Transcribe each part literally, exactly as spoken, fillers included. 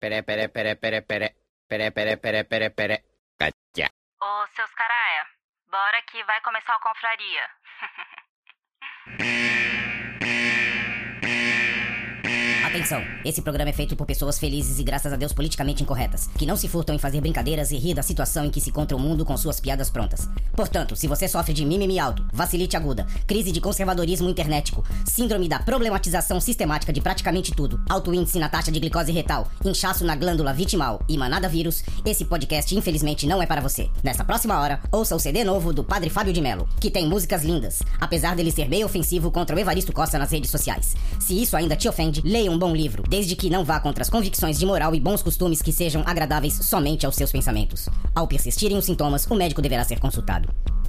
pere, pere, pere, pere, pere, pere, pere, pere, pere, pere, catia. Ô, seus caraia, bora que vai começar o Confraria. Atenção, esse programa é feito por pessoas felizes e graças a Deus politicamente incorretas, que não se furtam em fazer brincadeiras e rir da situação em que se encontra o mundo com suas piadas prontas. Portanto, se você sofre de mimimi alto, vacilite aguda, crise de conservadorismo internetico, síndrome da problematização sistemática de praticamente tudo, alto índice na taxa de glicose retal, inchaço na glândula vitimal e manada vírus, esse podcast infelizmente não é para você. Nessa próxima hora, ouça o C D novo do Padre Fábio de Mello, que tem músicas lindas, apesar dele ser meio ofensivo contra o Evaristo Costa nas redes sociais. Se isso ainda te ofende, leia um bom livro, desde que não vá contra as convicções de moral e bons costumes que sejam agradáveis somente aos seus pensamentos. Ao persistirem os sintomas, o médico deverá ser consultado.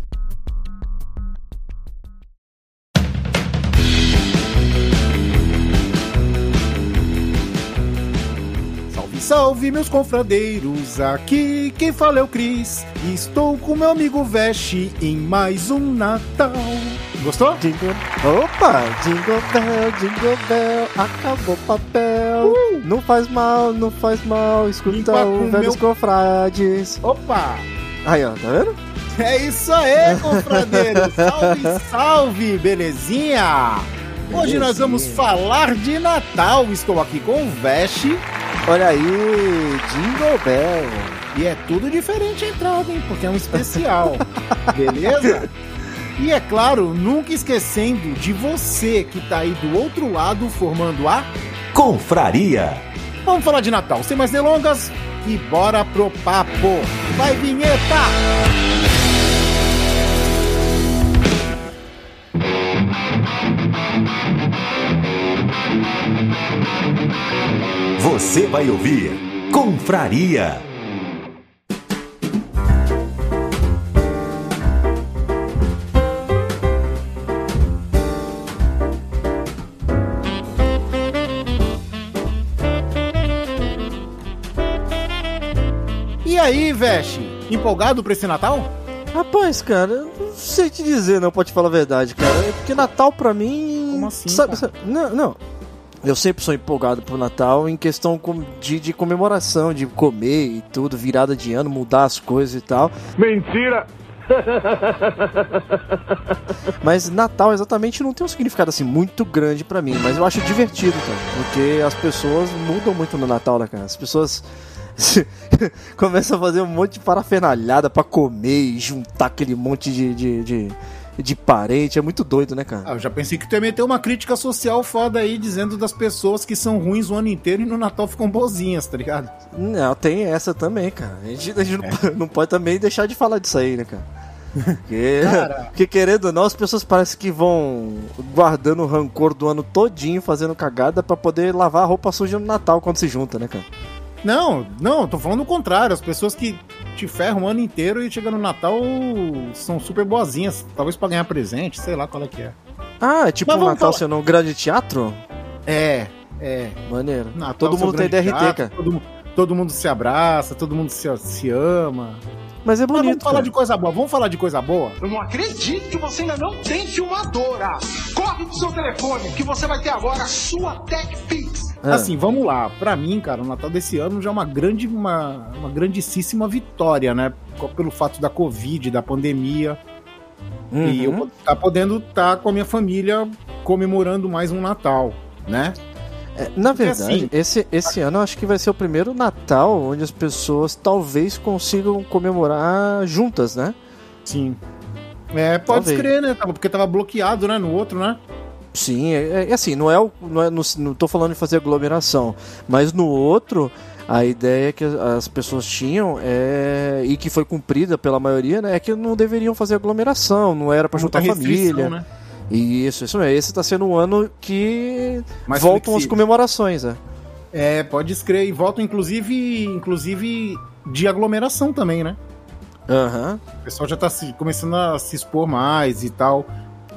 Salve, salve, meus confradeiros, aqui quem fala é o Cris. Estou com meu amigo Veste em mais um Natal. Gostou? Jingle... Opa! Jingle bell, jingle bell, acabou o papel. Uh! Não faz mal, não faz mal, escuta o Velhos meu... Confrades. Opa! Aí, ó, tá vendo? É isso aí, confradeiros! Salve, salve, belezinha? Hoje belezinha. Nós vamos falar de Natal. Estou aqui com o Veste. Olha aí, Jingle Bell. E é tudo diferente a entrada, hein? Porque é um especial. Beleza? E é claro, nunca esquecendo de você que tá aí do outro lado formando a Confraria. Vamos falar de Natal, sem mais delongas, e bora pro papo. Vai, vinheta! Você vai ouvir Confraria. E aí, Veste? Empolgado pra esse Natal? Rapaz, cara, eu não sei te dizer, não, pode falar a verdade, cara. É porque Natal pra mim... Como assim, sabe, sabe, não, não. Eu sempre sou empolgado pro Natal em questão de, de comemoração, de comer e tudo, virada de ano, mudar as coisas e tal. Mentira! Mas Natal exatamente não tem um significado assim muito grande pra mim, mas eu acho divertido, cara, porque as pessoas mudam muito no Natal, né, cara? As pessoas... começa a fazer um monte de parafernalhada pra comer e juntar aquele monte de, de, de, de parente. É muito doido, né, cara? Ah, eu já pensei que tu ia meter uma crítica social foda aí, dizendo das pessoas que são ruins o ano inteiro e no Natal ficam boazinhas, tá ligado? Não, tem essa também, cara. A gente, a gente é. não, não pode também deixar de falar disso aí, né, cara? Porque, porque querendo ou não, as pessoas parecem que vão guardando o rancor do ano todinho, fazendo cagada pra poder lavar a roupa suja no Natal quando se junta, né, cara? Não, não, tô falando o contrário. As pessoas que te ferram o ano inteiro e chegam no Natal são super boazinhas. Talvez pra ganhar presente, sei lá qual é que é. Ah, é tipo o um Natal falar... sendo um grande teatro? É, é. Maneiro. Natal todo mundo tem D R T, teatro, cara. Todo, todo mundo se abraça, todo mundo se, se ama. Mas é bonito, Mas vamos falar cara. de coisa boa, vamos falar de coisa boa? Eu não acredito que você ainda não tem filmadora. Corre pro seu telefone, que você vai ter agora a sua TechPix. É. Assim, vamos lá. Pra mim, cara, o Natal desse ano já é uma grande, uma, uma grandíssima vitória, né? Pelo fato da Covid, da pandemia. Uhum. E eu tá podendo estar tá com a minha família comemorando mais um Natal, né? É, na verdade, assim, esse, esse ano eu acho que vai ser o primeiro Natal onde as pessoas talvez consigam comemorar juntas, né? Sim. É, pode talvez. Crer, né? Porque tava bloqueado, né? No outro, né? Sim, é, é assim, não é o. Não, é, não, não tô falando de fazer aglomeração, mas no outro, a ideia que as pessoas tinham é, e que foi cumprida pela maioria, né? É que não deveriam fazer aglomeração, não era pra juntar a família. Né? Isso, isso mesmo. Esse tá sendo um ano que mais voltam flexível. As comemorações, né? É, pode escrever. E voltam, inclusive, inclusive de aglomeração também, né? Aham. Uhum. O pessoal já tá se, começando a se expor mais e tal.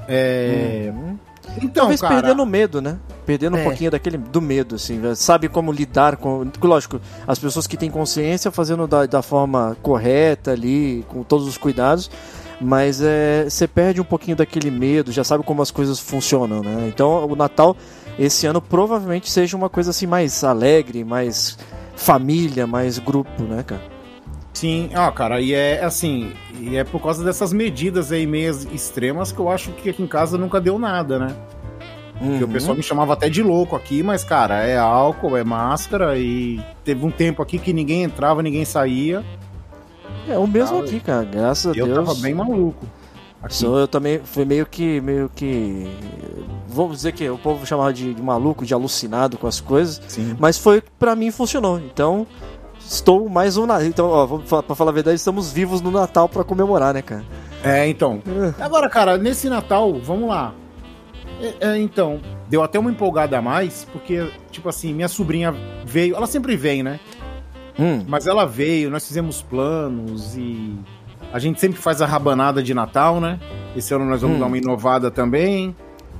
É... Uhum. Então, talvez cara... perdendo o medo, né? Perdendo é. um pouquinho daquele, do medo, assim. Sabe como lidar com... Lógico, as pessoas que têm consciência fazendo da, da forma correta ali, com todos os cuidados... Mas é, você perde um pouquinho daquele medo, já sabe como as coisas funcionam, né? Então o Natal esse ano provavelmente seja uma coisa assim mais alegre, mais família, mais grupo, né, cara? Sim, ah, cara, e é assim, e é por causa dessas medidas aí meias extremas que eu acho que aqui em casa nunca deu nada, né? Uhum. Porque o pessoal me chamava até de louco aqui, mas, cara, é álcool, é máscara, e teve um tempo aqui que ninguém entrava, ninguém saía. É o mesmo Ah, aqui, cara, graças a eu Deus. tava bem maluco. Aqui. Sou, eu também fui meio que, meio que, vamos dizer que o povo chamava de, de maluco, de alucinado com as coisas, Sim. mas foi, pra mim funcionou, então estou mais um, então, ó, vamos fa- pra falar a verdade, estamos vivos no Natal pra comemorar, né, cara? É, então. Agora, cara, nesse Natal, vamos lá. É, é, então, deu até uma empolgada a mais, porque, tipo assim, minha sobrinha veio, ela sempre vem, né? Hum. Mas ela veio, nós fizemos planos e a gente sempre faz a rabanada de Natal, né? Esse ano nós vamos Hum. dar uma inovada também.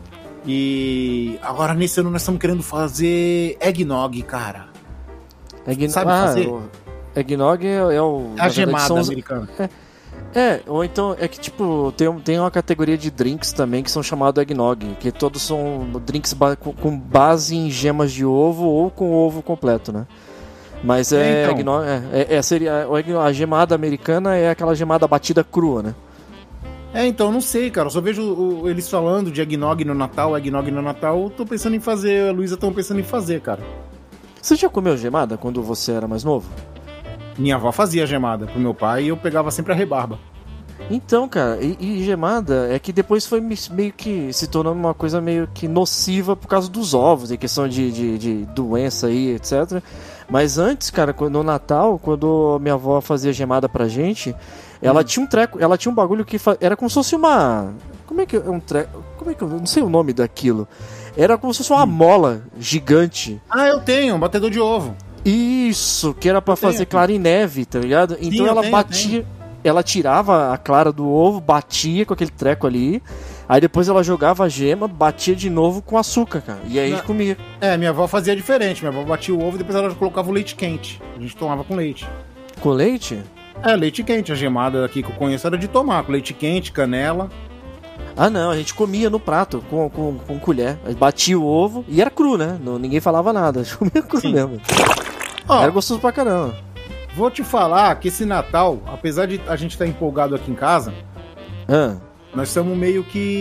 E agora nesse ano nós estamos querendo fazer eggnog, cara. Eggnog, Sabe ah, fazer? o eggnog é, é o... É a na verdade, gemada são os- americana. É, ou então é que tipo, tem, um- tem uma categoria de drinks também que são chamados eggnog, que todos são drinks ba- com, com base em gemas de ovo ou com ovo completo, né? Mas é, É, então. eggnog, é, é, é, seria, o eggnog- a gemada americana é aquela gemada batida crua, né? É, então, não sei, cara. Eu só vejo o- eles falando de eggnog no Natal, eggnog no Natal. Eu tô pensando em fazer, a Luísa tá pensando em fazer, cara. Você já comeu gemada quando você era mais novo? Minha avó fazia gemada pro meu pai e eu pegava sempre a rebarba. Então, cara, e, e gemada é que depois foi me- meio que se tornando uma coisa meio que nociva por causa dos ovos, em questão de, de, de doença aí, etcétera. Mas antes, cara, quando- no Natal, quando minha avó fazia gemada pra gente, ela Hum. tinha um treco, ela tinha um bagulho que fa- era como se fosse uma. Como é que é um treco? Como é que eu eu não sei o nome daquilo? Era como se fosse uma mola gigante. Ah, eu tenho, um batedor de ovo. Isso, que era pra Eu tenho fazer aqui. clara em neve, tá ligado? Então eu ela tenho, eu batia, ela tirava a clara do ovo, batia com aquele treco ali, aí depois ela jogava a gema, batia de novo com açúcar, cara. E aí a gente Não. comia. É, minha avó fazia diferente. Minha avó batia o ovo e depois ela colocava o leite quente. A gente tomava com leite. Com leite? É, leite quente. A gemada aqui que eu conheço era de tomar, com leite quente, canela. Ah não, a gente comia no prato com, com, com colher. Aí batia o ovo e era cru, né? Não, ninguém falava nada, a gente comia cru Sim. mesmo. Ó, Era gostoso pra caramba. vou te falar que esse Natal, apesar de a gente estar empolgado aqui em casa, Ah, nós estamos meio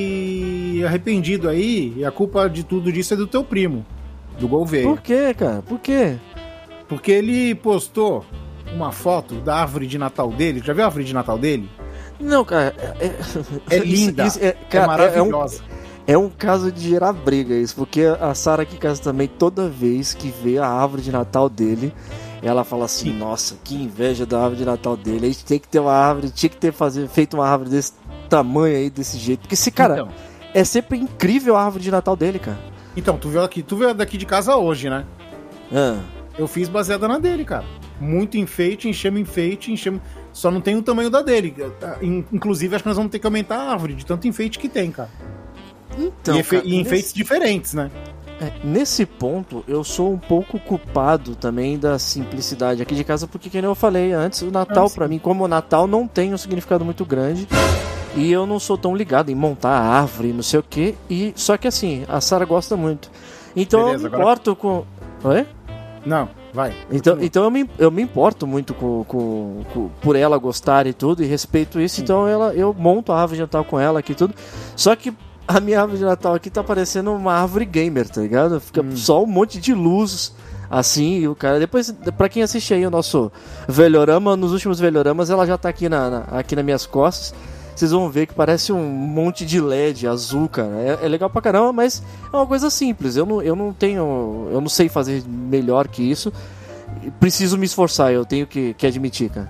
que arrependidos aí, e a culpa de tudo disso é do teu primo, do Gouveia. por quê, cara? Por quê? Porque ele postou uma foto da árvore de Natal dele. Já viu a árvore de Natal dele? Não, cara. É, É linda, Isso- isso é, é cara, é, um, maravilhosa. é um caso de gerar briga isso, porque a Sara aqui em casa também, toda vez que vê a árvore de Natal dele, ela fala assim, Sim. nossa, que inveja da árvore de Natal dele. A gente tem que ter uma árvore, tinha que ter fazer, feito uma árvore desse tamanho aí, desse jeito. Porque esse cara, Então, é sempre incrível a árvore de Natal dele, cara. então, tu veio aqui, tu veio daqui de casa hoje, né? Ah, Eu fiz baseada na dele, cara. Muito enfeite, enchemos enfeite, enchemos. Só não tem o tamanho da dele. In- Inclusive, acho que nós vamos ter que aumentar a árvore de tanto enfeite que tem, cara. então, e, efe- cara, e enfeites nesse- diferentes, né? É, nesse ponto, eu sou um pouco culpado também da simplicidade aqui de casa, porque, como eu falei antes, o Natal, Ah, sim. pra mim, como o Natal não tem um significado muito grande, e eu não sou tão ligado em montar a árvore, não sei o que, e só que assim, a Sara gosta muito. Então Beleza, eu me agora- importo com. Oi? Não, vai. Então, Continua. então eu, me, eu me importo muito com, com, com- por ela gostar e tudo, e respeito isso, Sim. então ela, eu monto a árvore de Natal com ela aqui e tudo. Só que a minha árvore de Natal aqui tá parecendo uma árvore gamer, tá ligado? Fica Hum. só um monte de luz, assim, e o cara... Depois, pra quem assiste aí o nosso Velhorama, nos últimos Velhoramas, ela já tá aqui, na, na- aqui nas minhas costas. Vocês vão ver que parece um monte de L E D azul, cara. É, é legal pra caramba, mas é uma coisa simples. Eu não, eu não tenho... Eu não sei fazer melhor que isso. Preciso me esforçar, eu tenho que, que admitir, cara.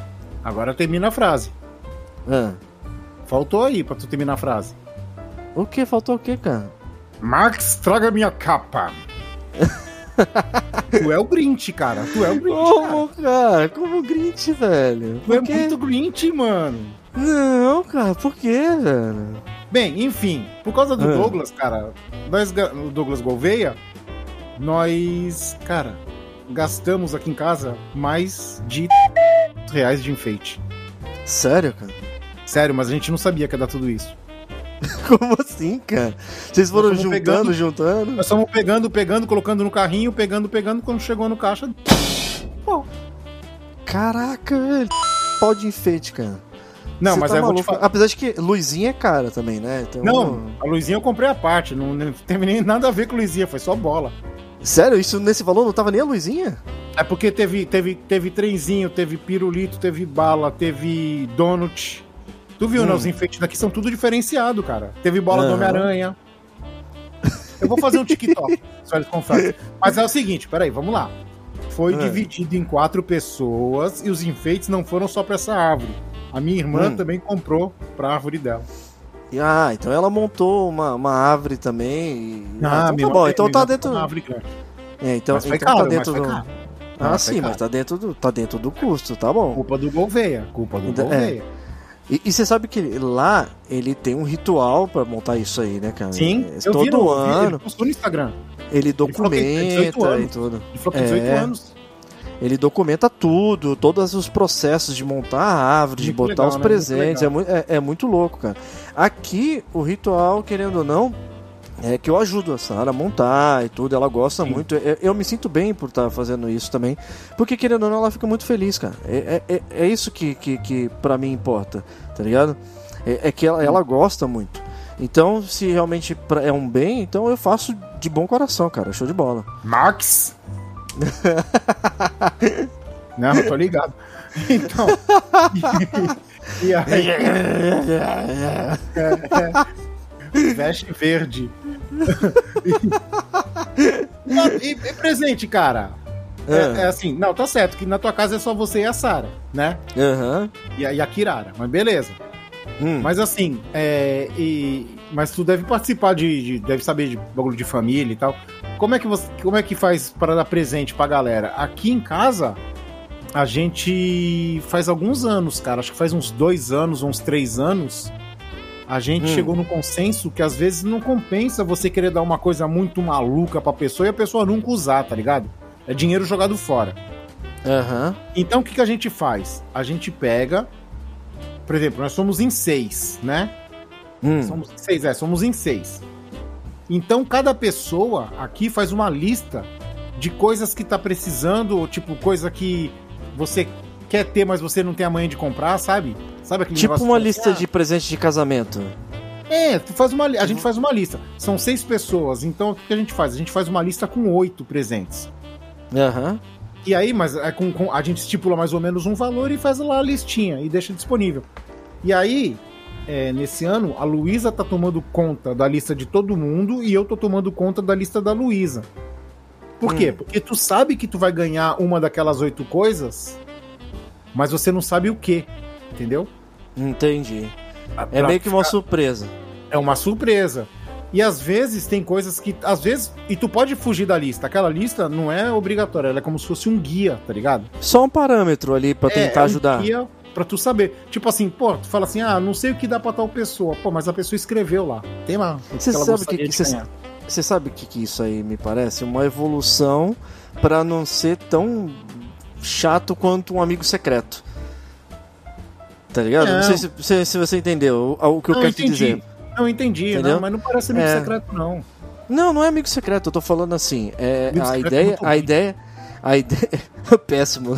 Agora termina a frase. Ah. Faltou aí pra tu terminar a frase. O que? Faltou o que, cara? Max, traga minha capa. Tu é o Grinch, cara. Tu é o Grinch, cara. Como, cara? Como Grinch, velho? Tu é Por quê? muito Grinch, mano. Não, cara, por quê, velho? Bem, enfim, por causa do Ah. Douglas, cara, nós, ga- o Douglas Gouveia, nós, cara, gastamos aqui em casa mais de reais de enfeite. Sério, cara? Sério, mas a gente não sabia que ia dar tudo isso. Como assim, cara? Vocês foram Nós fomos juntando, pegando- juntando? Nós estamos pegando, pegando, colocando no carrinho, pegando, pegando, quando chegou no caixa... Pô. Caraca, velho. Pau de enfeite, cara. Não, Você mas tá aí eu vou te maluco. falar... Apesar de que luzinha é cara também, né? Então... Não, a luzinha eu comprei à parte, não, não teve nem nada a ver com luzinha, foi só bola. Sério? Isso nesse valor não tava nem a luzinha? É porque teve, teve, teve trenzinho, teve pirulito, teve bala, teve donut. Tu viu, Hum. né? Os enfeites daqui são tudo diferenciado, cara. Teve bola do Aham. Homem-Aranha. Eu vou fazer um TikTok, só eles confessam. Mas é o seguinte, peraí, vamos lá. Foi É. dividido em quatro pessoas e os enfeites não foram só pra essa árvore. A minha irmã Hum. também comprou pra árvore dela. Ah, então ela montou uma, uma árvore também. E... Ah, então minha tá bom, irmã então tem- tá minha irmã dentro. tem uma árvore grande. É, então, Mas foi então caro, tá mas dentro foi do. caro. Ah, Mas foi sim, caro. mas tá dentro do, tá dentro do custo, tá bom. Culpa do Gouveia, culpa do Então, Gouveia. E, e você sabe que lá ele tem um ritual pra montar isso aí, né, cara? Sim, É, eu todo vi, no, eu vi, ele ano postou no Instagram. ele falou que ele tem dezoito documenta e anos. tudo. Ele falou que tem dezoito É. anos. Ele documenta tudo, todos os processos de montar a árvore, de Muito botar legal, os né? presentes. É, Muito mui- é, é muito louco, cara. Aqui, o ritual, querendo ou não, é que eu ajudo a Sara a montar e tudo. Ela gosta Sim. muito. Eu, eu me sinto bem por estar fazendo isso também. Porque, querendo ou não, ela fica muito feliz, cara. É, é, é- é isso que, que, que pra mim importa, tá ligado? É, é que ela, ela gosta muito. Então, se realmente pra- é um bem, então eu faço de bom coração, cara. Show de bola. Max? Não, eu tô ligado. Então. E, e aí. É, veste verde. e, e- e presente, cara? É, é assim, não, tá certo, que na tua casa é só você e a Sara, né? Aham. E a, e a Kirara, mas beleza. Hum. Mas assim, é, e, mas tu deve participar de, de- deve saber de bagulho de família e tal. Como é que você, como é que faz para dar presente pra galera? Aqui em casa a gente faz alguns anos, cara. Acho que faz uns dois anos, uns três anos. A gente Hum. chegou no consenso que às vezes não compensa você querer dar uma coisa muito maluca pra pessoa e a pessoa nunca usar, tá ligado? É dinheiro jogado fora. Aham. Então o que, que a gente faz? A gente pega, por exemplo, nós somos em seis, né? Hum. Somos em seis, é, somos em seis. Então cada pessoa aqui faz uma lista de coisas que tá precisando, ou tipo, coisa que você quer ter, mas você não tem a manha de comprar, sabe? Sabe aquele Tipo negócio uma que lista assim, de presente de casamento. ah, É, tu faz uma, li- a gente faz uma lista. São seis pessoas, então o que a gente faz? A gente faz uma lista com oito presentes. Aham. E aí, mas é com, com- a gente estipula mais ou menos um valor e faz lá a listinha e deixa disponível. E aí, é, nesse ano, a Luísa tá tomando conta da lista de todo mundo e eu tô tomando conta da lista da Luísa. Por quê? Hum. Porque tu sabe que tu vai ganhar uma daquelas oito coisas, mas você não sabe o que, entendeu? Entendi. É Pra meio que uma ficar- surpresa. É uma surpresa. E às vezes tem coisas que. Às vezes. E tu pode fugir da lista. Aquela lista não é obrigatória, ela é como se fosse um guia, tá ligado? Só um parâmetro ali pra É, tentar é um ajudar. guia pra tu saber. Tipo assim, pô, tu fala assim, ah, não sei o que dá pra tal pessoa. Pô, mas a pessoa escreveu lá. Tem lá. o Você ela sabe gostaria que- de que ganhar. Você sabe o que, que isso aí me parece? Uma evolução pra não ser tão chato quanto um amigo secreto. Tá ligado? Não, Não. sei se, se- se você entendeu o, o que eu Não, quero te entendi. dizer. Não, entendi, Entendeu? não, mas não parece amigo É. secreto, não. Não, não é amigo secreto, eu tô falando assim. É, Amigo a secreto é ideia. muito A ruim. ideia. A ideia. Péssimo.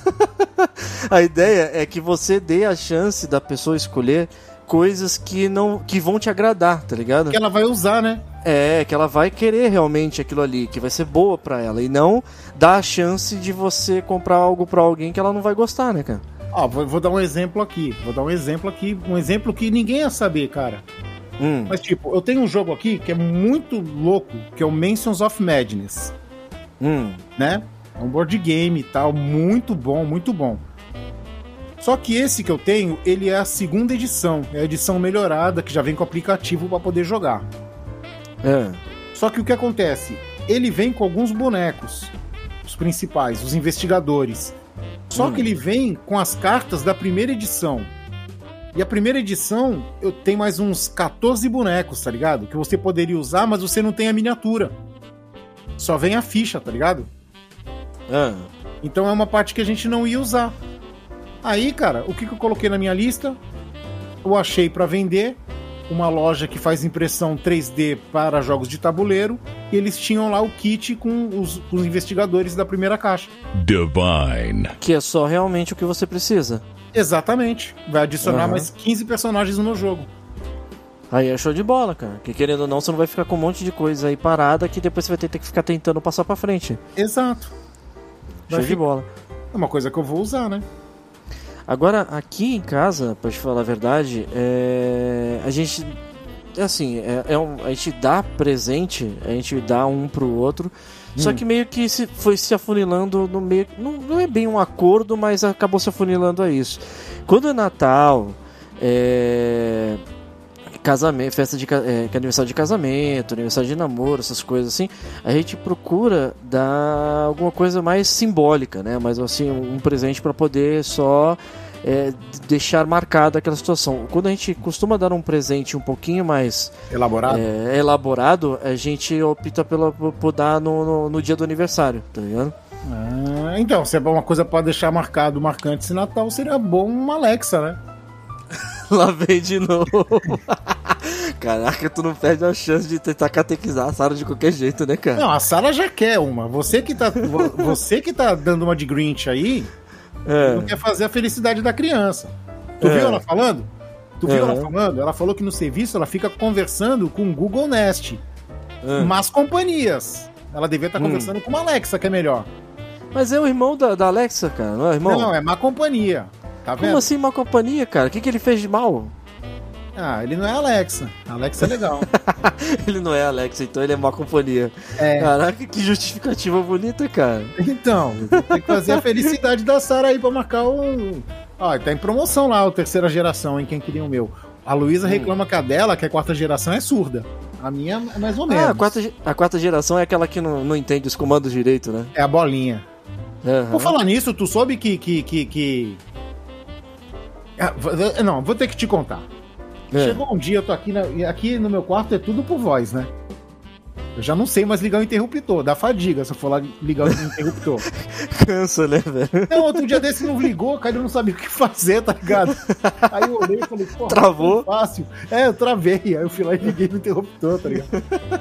A ideia é que você dê a chance da pessoa escolher coisas que não que vão te agradar, tá ligado? Que ela vai usar, né? É, que ela vai querer realmente aquilo ali, que vai ser boa pra ela, e não dar a chance de você comprar algo pra alguém que ela não vai gostar, né, cara? Ó, vou, vou dar um exemplo aqui. Vou dar um exemplo aqui. Um exemplo que ninguém ia saber, cara. Hum, Mas, tipo, eu tenho um jogo aqui que é muito louco, que é o Mansions of Madness, hum, né? É um board game e tal, muito bom, muito bom. Só que esse que eu tenho, ele é a segunda edição, é a edição melhorada, que já vem com o aplicativo pra poder jogar. é, Só que o que acontece? Ele vem com alguns bonecos, os principais, os investigadores. Só Hum. que ele vem com as cartas da primeira edição. E a primeira edição, eu tenho mais uns quatorze bonecos, tá ligado? Que você poderia usar, mas você não tem a miniatura. Só vem a ficha, tá ligado? é. Então é uma parte que a gente não ia usar. Aí, cara, o que, que eu coloquei na minha lista? Eu achei pra vender. uma loja que faz impressão três D para jogos de tabuleiro, e eles tinham lá o kit com os, com os investigadores da primeira caixa. Divine. Que é só realmente o que você precisa. Exatamente. Vai adicionar Uhum. mais quinze personagens no meu jogo. Aí é show de bola, cara. Que querendo ou não, você não vai ficar com um monte de coisa aí parada que depois você vai ter que ficar tentando passar pra frente. Exato. Show Vai de ficar- bola. É uma coisa que eu vou usar, né? Agora, aqui em casa, pra te falar a verdade, é... a gente... É assim, é, é um... a gente dá presente, a gente dá um pro outro, hum. só que meio que se foi se afunilando no meio... Não, não é bem um acordo, mas acabou se afunilando a isso. Quando é Natal, é... casamento, festa de é, aniversário de casamento, aniversário de namoro, essas coisas assim, a gente procura dar alguma coisa mais simbólica, né? Mas assim, um presente para poder só é, deixar marcada aquela situação. Quando a gente costuma dar um presente um pouquinho mais Elaborado? é, elaborado, a gente opta pela, por dar no, no, no dia do aniversário, tá ligado? Ah, então, se é uma coisa pra deixar marcado, marcante esse Natal, seria bom uma Alexa, né? Lá vem de novo. Caraca, tu não perde a chance de tentar catequizar a Sarah de qualquer jeito, né, cara? Não, a Sarah já quer uma. Você que tá, vo- você que tá dando uma de Grinch aí, É. não quer fazer a felicidade da criança. Tu É. viu ela falando? Tu viu Uhum. ela falando? Ela falou que no serviço ela fica conversando com o Google Nest. É. Mas companhias. Ela devia estar Hum. conversando com uma Alexa, que é melhor. Mas é o irmão da, da Alexa, cara, não é o irmão? Não, é má companhia. Tá vendo? Como assim uma companhia, cara? O que, que ele fez de mal? Ah, ele não é Alexa. A Alexa é legal. Ele não é Alexa, então ele é má companhia. É. Caraca, que justificativa bonita, cara. Então, tem que fazer a felicidade da Sarah aí pra marcar o... Ó, tá em promoção lá, o terceira geração, hein? Quem queria o meu. A Luísa Hum. reclama que a dela, que é quarta geração, é surda. A minha é mais ou menos. Ah, a quarta, ge- a quarta geração é aquela que não, não entende os comandos direito, né? É a bolinha. Uhum. Por falar nisso, tu soube que... que, que, que... Ah, v- não, vou ter que te contar. É. Chegou um dia, eu tô aqui, na- e aqui no meu quarto é tudo por voz, né? Eu já não sei mais ligar o interruptor, dá fadiga se eu for lá ligar o interruptor. Cansa, né, velho? Não, outro dia desse não ligou, cara, eu não sabia o que fazer, tá ligado? Aí eu olhei e falei, pô, Travou? fácil. É, eu travei, aí eu fui lá e liguei no interruptor, tá ligado?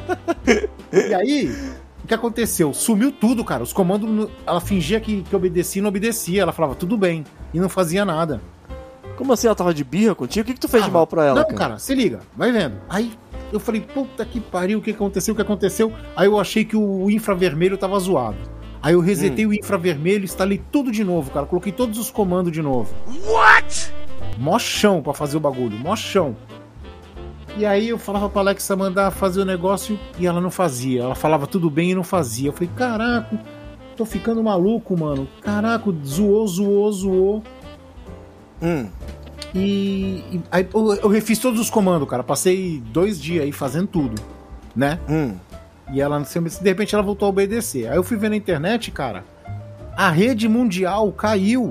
E aí, o que aconteceu? Sumiu tudo, cara, os comandos, no- ela fingia que, que obedecia e não obedecia, ela falava tudo bem, e não fazia nada. Como assim ela tava de birra contigo? O que, que tu fez de Ah, mal pra ela, Não, cara? cara, se liga, vai vendo. Aí eu falei, puta que pariu, o que aconteceu, o que aconteceu? Aí eu achei que o infravermelho tava zoado. Aí eu resetei Hum. o infravermelho, instalei tudo de novo, cara. Coloquei todos os comandos de novo. What? Mó chão pra fazer o bagulho, mó chão. E aí eu falava pra Alexa mandar fazer o negócio e ela não fazia. Ela falava tudo bem e não fazia. Eu falei, caraca, tô ficando maluco, mano. Caraca, zoou, zoou, zoou. Hum. E, e aí eu, eu refiz todos os comandos, cara. Passei dois dias aí fazendo tudo, né? Hum. E ela, de repente, ela voltou a obedecer. Aí eu fui ver na internet, cara, a rede mundial caiu.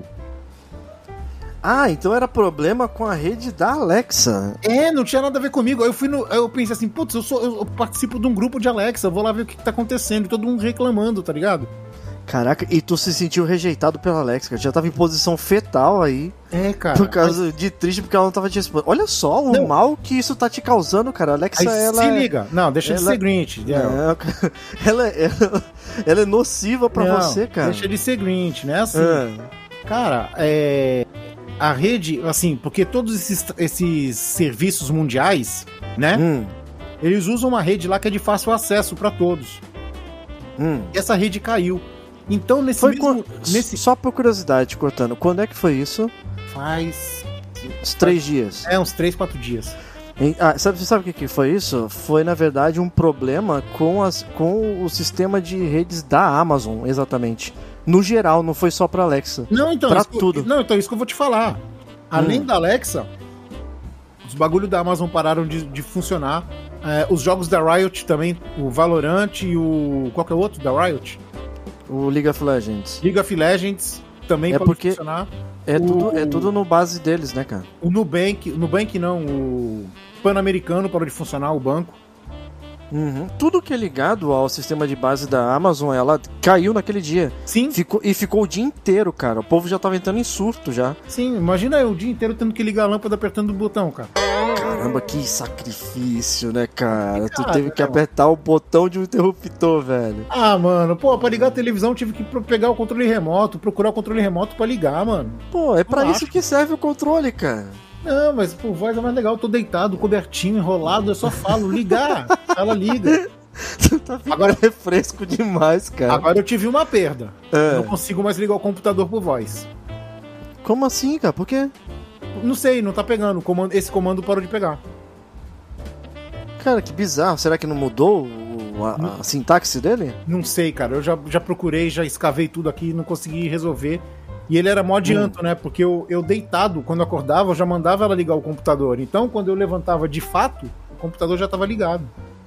Ah, então era problema com a rede da Alexa. É, não tinha nada a ver comigo. Aí eu fui no. Aí eu pensei assim, putz, eu, sou, eu participo de um grupo de Alexa, eu vou lá ver o que, que tá acontecendo. E todo mundo reclamando, tá ligado? Caraca, e tu se sentiu rejeitado pela Alexa, cara. Já tava em posição fetal aí. É, cara. Por causa de triste, porque ela não tava te respondendo. Olha só o Não. mal que isso tá te causando, cara. A Alexa, Aí ela. se liga. Não, deixa de ela- ser Grinch. É. Não, cara. ela, ela, ela é nociva pra Não, você, cara. Deixa de ser Grinch, né? Assim, Ah. cara, é. A rede, assim, porque todos esses, esses serviços mundiais, né? Hum, Eles usam uma rede lá que é de fácil acesso pra todos. hum. E essa rede caiu. Então, nesse Foi mesmo... quan- Nesse... Só por curiosidade, cortando, quando é que foi isso? Faz... Os três dias. É, uns três, quatro dias. Em- Ah, sabe, você sabe o que, que foi isso? Foi, na verdade, um problema com, as, com o sistema de redes da Amazon, exatamente. No geral, não foi só pra Alexa. Não, então... Pra isso que eu- tudo. Não, então isso que eu vou te falar. Além Hum. da Alexa, os bagulhos da Amazon pararam de, de funcionar. É, os jogos da Riot também, o Valorant e o... Qual que é o outro da Riot? O League of Legends. League of Legends também É parou porque- de funcionar. É, O- tudo, é tudo no base deles, né, cara? O Nubank... O Nubank não, o Pan-Americano parou de funcionar, o banco. Uhum. Tudo que é ligado ao sistema de base da Amazon, ela caiu naquele dia. Sim, Ficou, e ficou o dia inteiro, cara. O povo já tava entrando em surto já. sim. Imagina eu o dia inteiro tendo que ligar a lâmpada apertando o botão, cara. Caramba, que sacrifício, né, cara? Tu Cara, teve que é, apertar o botão de um interruptor, velho. Ah, mano, pô, pra ligar a televisão eu tive que pro- pegar o controle remoto, procurar o controle remoto pra ligar, mano. Pô, é pra Eu isso acho. que serve o controle, cara. Não, mas pô, voz é mais legal, eu tô deitado, cobertinho, enrolado, eu só falo, ligar, ela liga. Tu tá ficando Agora- refresco demais, cara. Agora eu tive uma perda. É. Eu não consigo mais ligar o computador por voz. Como assim, cara? Por quê? Não sei, não tá pegando. o comando- Esse comando parou de pegar. Cara, que bizarro. Será que não mudou o- a, a sintaxe dele? Não sei, cara. Eu já, já procurei, já escavei tudo aqui, não consegui resolver. E ele era mó adianto, né? Porque eu, eu deitado, quando eu acordava, eu já mandava ela ligar o computador. Então, quando eu levantava de fato, o computador já tava ligado.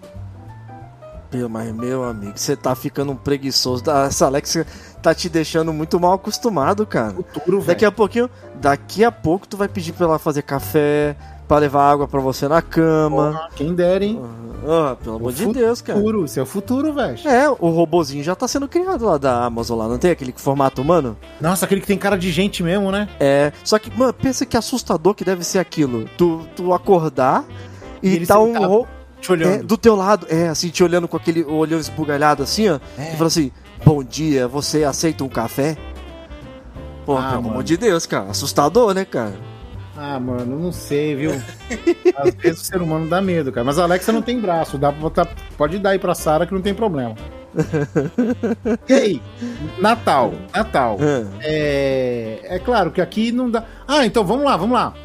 Pô, mas meu amigo, você tá ficando um preguiçoso. Essa Alexa tá te deixando muito mal acostumado, cara. Futuro, velho. Daqui a pouquinho, daqui a pouco tu vai pedir pra ela fazer café, pra levar água pra você na cama. Porra, quem dera, hein? Ah, pelo amor de Deus, cara. Futuro, isso é o futuro, velho. É, o robozinho já tá sendo criado lá da Amazon lá, não tem aquele formato humano? Nossa, aquele que tem cara de gente mesmo, né? É, só que, mano, pensa que assustador que deve ser aquilo. Tu, tu acordar e, E ele tá um sentado, ro- Te olhando. é, do teu lado, é, assim, te olhando com aquele olhão esbugalhado assim, ó. É. E fala assim, bom dia, você aceita um café? Pô, Ah, pelo mano. amor de Deus, cara, assustador, né, cara? Ah, mano, não sei, viu? Às vezes o ser humano dá medo, cara. Mas a Alexa não tem braço, dá pra botar. Pode dar aí pra Sarah que não tem problema. E aí? Natal. Natal. É, é claro que aqui não dá. Ah, então vamos lá, vamos lá.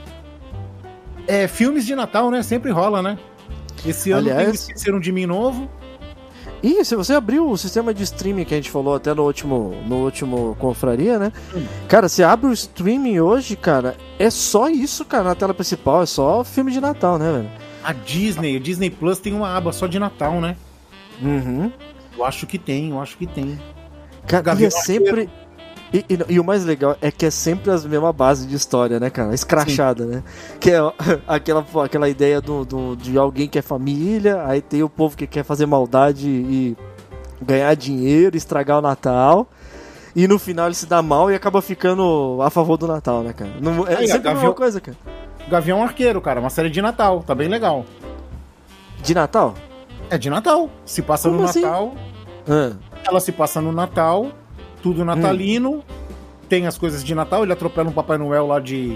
É, filmes de Natal, né? Sempre rola, né? Esse ano Aliás- tem o Esqueceram de Mim novo. Ih, se você abriu o sistema de streaming que a gente falou até no último, no último Confraria, né? Hum. Cara, você abre o streaming hoje, cara, é só isso, cara, na tela principal, é só filme de Natal, né, velho? A Disney, o Disney Plus tem uma aba só de Natal, né? Uhum. Eu acho que tem, eu acho que tem. Cara, e Gavião é sempre... E, e- e o mais legal é que é sempre as mesmas bases de história, né, cara? Escrachada, né? Que é ó, aquela, aquela ideia do, do- de alguém que é família, aí tem o povo que quer fazer maldade e ganhar dinheiro, estragar o Natal, e no final ele se dá mal e acaba ficando a favor do Natal, né, cara? Não, é Aí, ó, sempre a mesma Gavião- coisa, cara. Gavião Arqueiro, cara, uma série de Natal, tá bem legal. De Natal? É de Natal. Se passa Como no assim? Natal. Ah, Ela se passa no Natal, tudo natalino. Tem as coisas de Natal, ele atropela um Papai Noel lá de.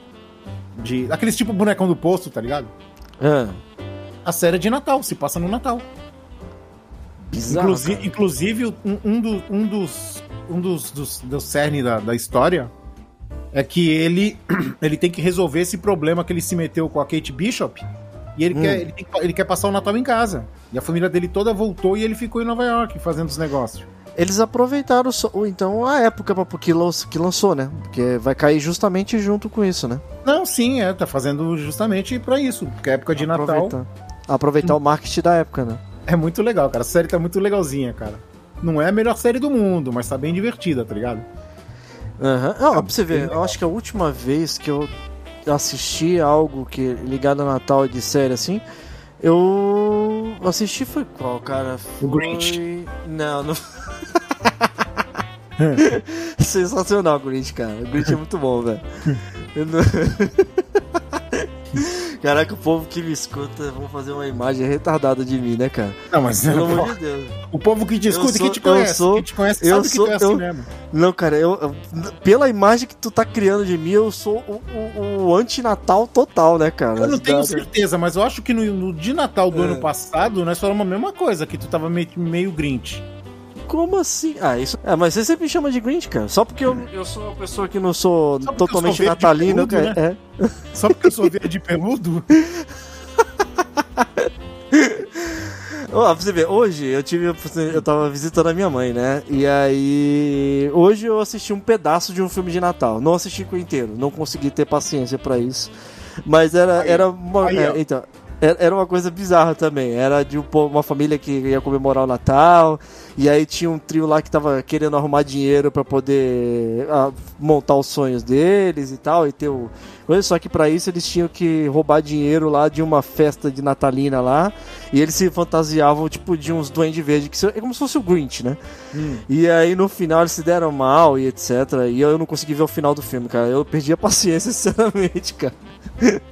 de aqueles tipo bonecão do posto, tá ligado? ah. A série é de Natal, se passa no Natal. Bizarro, Inclusive, cara. inclusive um, um, do- um dos. Um dos, dos, do cerne da, da história é que ele, ele tem que resolver esse problema que ele se meteu com a Kate Bishop. E ele, Hum. quer, ele, tem que- ele quer passar o Natal em casa. E a família dele toda voltou e ele ficou em Nova York fazendo os negócios. Eles aproveitaram só, ou então a época pra, que, lançou, que lançou, né? Porque vai cair justamente junto com isso, né? Não, sim, é, tá fazendo justamente pra isso. Porque a época de Natal Aproveitar, aproveitar o marketing da época, né? é muito legal, cara. A série tá muito legalzinha, cara. Não é a melhor série do mundo, mas tá bem divertida, tá ligado? Aham. Não, pra você bem ver, legal. eu acho que a última vez que eu assisti algo que ligado a Natal de série assim, eu assisti foi qual, cara? Foi... O Grinch. Não, não. Sensacional o Grinch, cara. O Grinch é muito bom, velho. Eu não- Caraca, o povo que me escuta vão fazer uma imagem retardada de mim, né, cara? Não, mas Pelo pô, amor de Deus. o povo que te escuta e sou- que te eu conhece, sou- que te conhece eu sabe sou- que tu é assim eu- mesmo. Não, cara, eu, eu- pela imagem que tu tá criando de mim, eu sou o, o, o anti-natal total, né, cara? Eu não tenho Nada- certeza, mas eu acho que no, no de Natal do É. ano passado, nós falamos a mesma coisa, que tu tava meio, meio Grinch. Como assim? Ah, isso. É, mas você sempre me chama de Grinch, cara. Só porque eu, eu sou uma pessoa que não sou Só porque eu totalmente sou verde natalino, peludo, cara. É. Só porque eu sou verde peludo? Ó, pra você ver, hoje eu tive a oportunidade- eu tava visitando a minha mãe, né? E aí, hoje eu assisti um pedaço de um filme de Natal. Não assisti com o inteiro, não consegui ter paciência pra isso. Mas era, Aí, era uma, aí, é, ó. então, era era uma coisa bizarra também. Era de um po- uma família que ia comemorar o Natal. E aí tinha um trio lá que tava querendo arrumar dinheiro pra poder ah, montar os sonhos deles e tal, e ter o coisa. Só que pra isso eles tinham que roubar dinheiro lá de uma festa de natalina lá, e eles se fantasiavam tipo de uns duende verde, que é como se fosse o Grinch, né? Hum. E aí no final eles se deram mal e etc. E eu não consegui ver o final do filme, cara. Eu perdi a paciência, sinceramente, cara.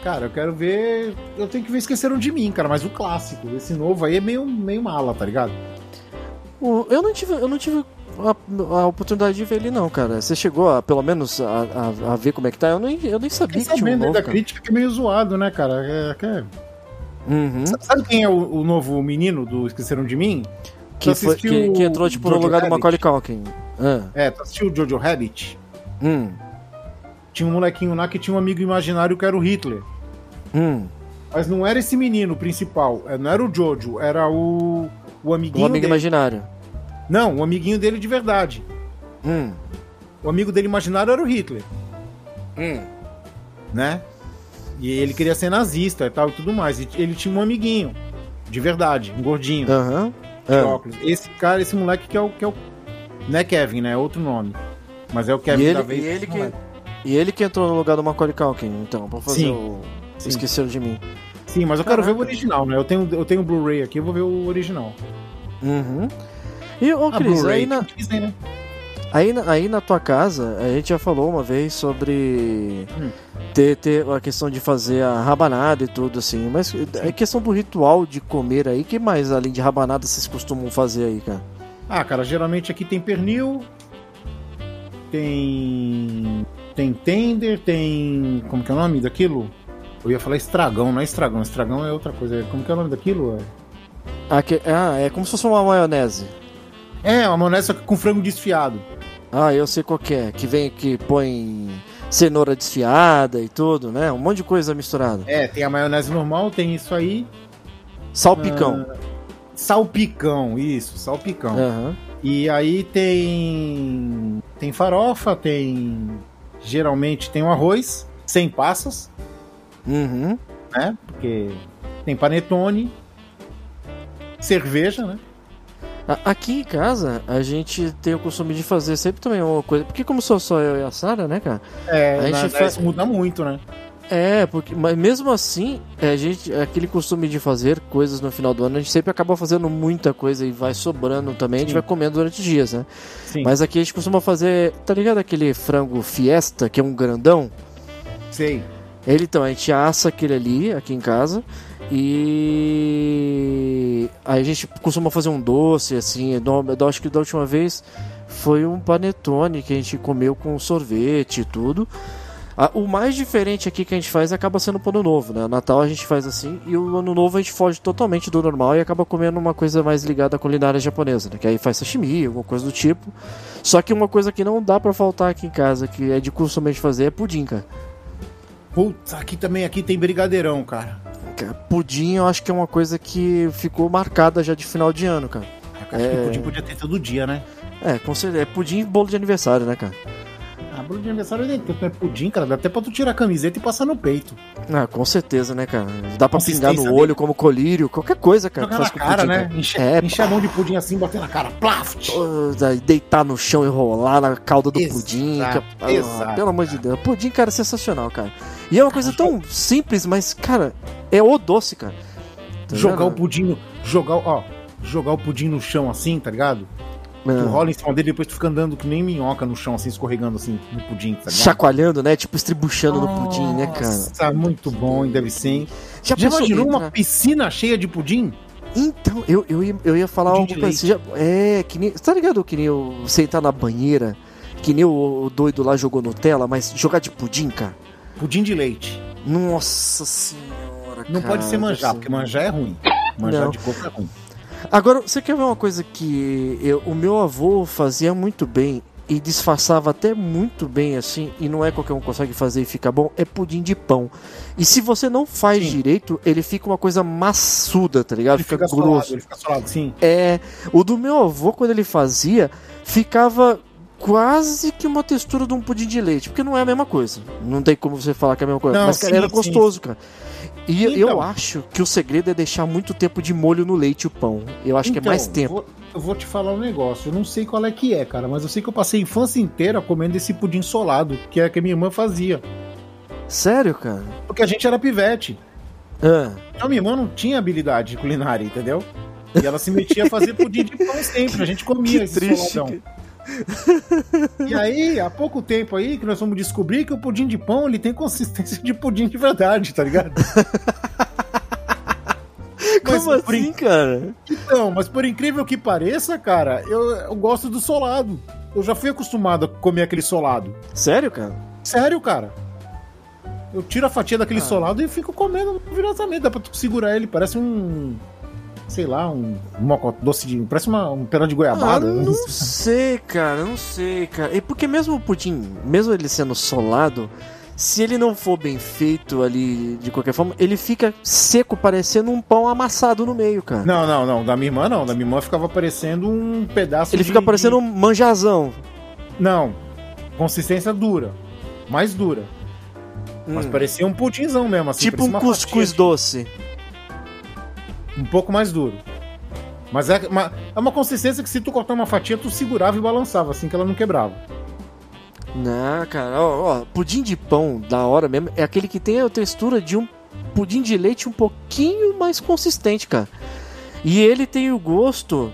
Cara, eu quero ver... Eu tenho que ver Esqueceram de Mim, cara, mas o clássico. Esse novo aí é meio, meio mala, tá ligado? O- Eu não tive, eu não tive a, a oportunidade de ver ele não, cara. Você chegou a, pelo menos, a, a, a ver como é que tá? Eu nem, eu nem sabia Fiquei que tinha um sabendo aí novo, da cara. crítica que é meio zoado, né, cara? É, que é- Uhum. Sabe quem é o, o novo menino do Esqueceram de Mim? Que, Tu foi, assistiu que, que entrou, tipo, no Jojo lugar do Rabbit? Macaulay Culkin. Ah. É, tu assistiu o Jojo Rabbit? Hum. Tinha um molequinho lá que tinha um amigo imaginário que era o Hitler. Hum. Mas não era esse menino principal. é, Não era o Jojo, era o, o amiguinho Um amigo dele. imaginário. Não, o amiguinho dele de verdade. Hum. O amigo dele imaginário era o Hitler, Hum. né? E ele queria ser nazista e tal e tudo mais. E ele tinha um amiguinho, de verdade, um gordinho, Aham. de Ah. óculos. Esse cara, esse moleque que é o... Que é o não é Kevin, né? É outro nome. Mas é o Kevin E ele, da vez. e, ele que, moleque. e ele que entrou no lugar do Macaulay Culkin, então, pra fazer Sim. o... Sim. Esqueceram de Mim. Sim, mas eu quero Caraca. ver o original, né? Eu tenho eu tenho o Blu-ray aqui, eu vou ver o original. Uhum. E, ô, Ah, Cris, Blu-ray, aí na, Disney, né? aí, na, aí na tua casa, a gente já falou uma vez sobre Hum. ter, ter a questão de fazer a rabanada e tudo, assim. Mas é questão do ritual de comer aí. Que mais, além de rabanada, vocês costumam fazer aí, cara? Ah, cara, geralmente aqui tem pernil, tem tem tender, tem... Como que é o nome daquilo? Eu ia falar estragão, não é estragão, estragão é outra coisa. Como que é o nome daquilo? Ah, que, ah, é como se fosse uma maionese. É, uma maionese só que com frango desfiado. Ah, eu sei qual que é. Que vem, que põe cenoura desfiada e tudo, né? Um monte de coisa misturada. É, tem a maionese normal, tem isso aí. Salpicão. Ah, salpicão, isso, salpicão. Aham. E aí tem tem farofa, tem geralmente tem um arroz sem passas, Uhum. né? Porque tem panetone, cerveja, né? A- Aqui em casa, a gente tem o costume de fazer sempre também uma coisa. Porque como sou só eu e a Sara, né, cara? É, A gente na, faz- isso muda muito, né? É, porque, mas mesmo assim, é, a gente, aquele costume de fazer coisas no final do ano, a gente sempre acaba fazendo muita coisa e vai sobrando também, a gente Sim. vai comendo durante os dias, né? Sim. Mas aqui a gente costuma fazer, tá ligado aquele frango fiesta, que é um grandão? Sei. Ele então, a gente assa aquele ali, aqui em casa, e aí a gente costuma fazer um doce, assim, eu eu acho que da última vez foi um panetone que a gente comeu com sorvete e tudo. Ah, o mais diferente aqui que a gente faz acaba sendo o Ano Novo, né? Natal a gente faz assim, e o Ano Novo a gente foge totalmente do normal e acaba comendo uma coisa mais ligada à culinária japonesa, né? Que aí faz sashimi, alguma coisa do tipo. Só que uma coisa que não dá pra faltar aqui em casa, que é de costume de fazer, é pudim, cara. Putz, aqui também aqui tem brigadeirão, cara. Cara, pudim eu acho que é uma coisa que ficou marcada já de final de ano, cara. Acho que É. pudim podia ter todo dia, né? É, com certeza. É pudim e bolo de aniversário, né, cara? Ah, bolo de aniversário nem tanto, é pudim, cara. Dá até pra tu tirar a camiseta e passar no peito. Ah, com certeza, né, cara? Dá pra pingar Consistência no olho como colírio, qualquer coisa, cara. Jogar que na faz com cara, pudim, né? cara. Encher, É, encher a mão de pudim assim, bater na cara. Plaft! Pô, daí deitar no chão e rolar na calda do Exato, pudim. que- ah, exato, pelo amor de Deus. Pudim, cara, é sensacional, cara. E é uma coisa tão simples, mas, cara, é o doce, cara. Tá Jogar vendo? o pudim no, jogar, o- ó, jogar o pudim no chão assim, tá ligado? Tu Ah. rola em cima dele e depois tu fica andando que nem minhoca no chão, assim, escorregando assim, no pudim, tá ligado? Chacoalhando, né? Tipo, estribuchando no pudim, né, cara? Nossa, muito bom, hein? Deve ser, hein? Já, Já pensou imaginou entrar- uma piscina cheia de pudim? Então, eu, eu, ia, eu ia falar Pudim algo de pra você. Já, é, que nem. Você tá ligado que nem eu sentar na banheira, que nem o, o doido lá jogou Nutella, mas jogar de pudim, cara? Pudim de leite. Nossa senhora, Não cara, pode ser manjar, deve porque manjar é ruim. Manjar Não. de coco é ruim. Agora, você quer ver uma coisa que eu- o meu avô fazia muito bem e disfarçava até muito bem assim, e não é qualquer um que consegue fazer e fica bom, é pudim de pão. E se você não faz Sim. direito, ele fica uma coisa maçuda, tá ligado? Ele Fica, fica solado, grosso. ele fica solado, sim. É, o do meu avô, quando ele fazia, ficava quase que uma textura de um pudim de leite, porque não é a mesma coisa. Não tem como você falar que é a mesma coisa. Não, Mas, cara, sim, era sim. gostoso, cara. E eu Então. acho que o segredo é deixar muito tempo de molho no leite e o pão. Eu acho que é Então, mais tempo. vou- eu vou te falar um negócio. Eu não sei qual é que é, cara, mas eu sei que eu passei a infância inteira comendo esse pudim solado, que é que a minha irmã fazia. Sério, cara? Porque a gente era pivete. Ah, Então minha irmã não tinha habilidade culinária, entendeu? E ela se metia a fazer pudim de pão sempre. A gente comia que esse triste. soladão. que- E aí, há pouco tempo aí, que nós vamos descobrir que o pudim de pão, ele tem consistência de pudim de verdade, tá ligado? Como Mas, por assim, in- cara? Então, mas por incrível que pareça, cara, eu, eu gosto do solado. Eu já fui acostumado a comer aquele solado. Sério, cara? Sério, cara. Eu tiro a fatia daquele Ah. solado e fico comendo virosamente. Dá pra tu segurar ele, parece um... Sei lá, um, um mocotó doce de... Parece uma, um pedaço de Ah, goiabada. não sei, cara, não sei, cara. E porque mesmo o pudim, mesmo ele sendo solado, se ele não for bem feito ali de qualquer forma, ele fica seco, parecendo um pão amassado no meio, cara. Não, não, não. Da minha irmã, não. Da minha irmã ficava parecendo um pedaço Ele de... fica parecendo um de- manjazão. Não. Consistência dura. Mais dura. Mas Hum. parecia um pudinzão mesmo, assim. Tipo parecia um uma cuscuz fatia. doce. Um pouco mais duro. Mas é uma, é uma consistência que se tu cortar uma fatia, tu segurava e balançava, assim que ela não quebrava. Não, cara, ó, ó, pudim de pão da hora mesmo é aquele que tem a textura de um pudim de leite um pouquinho mais consistente, cara. E ele tem o gosto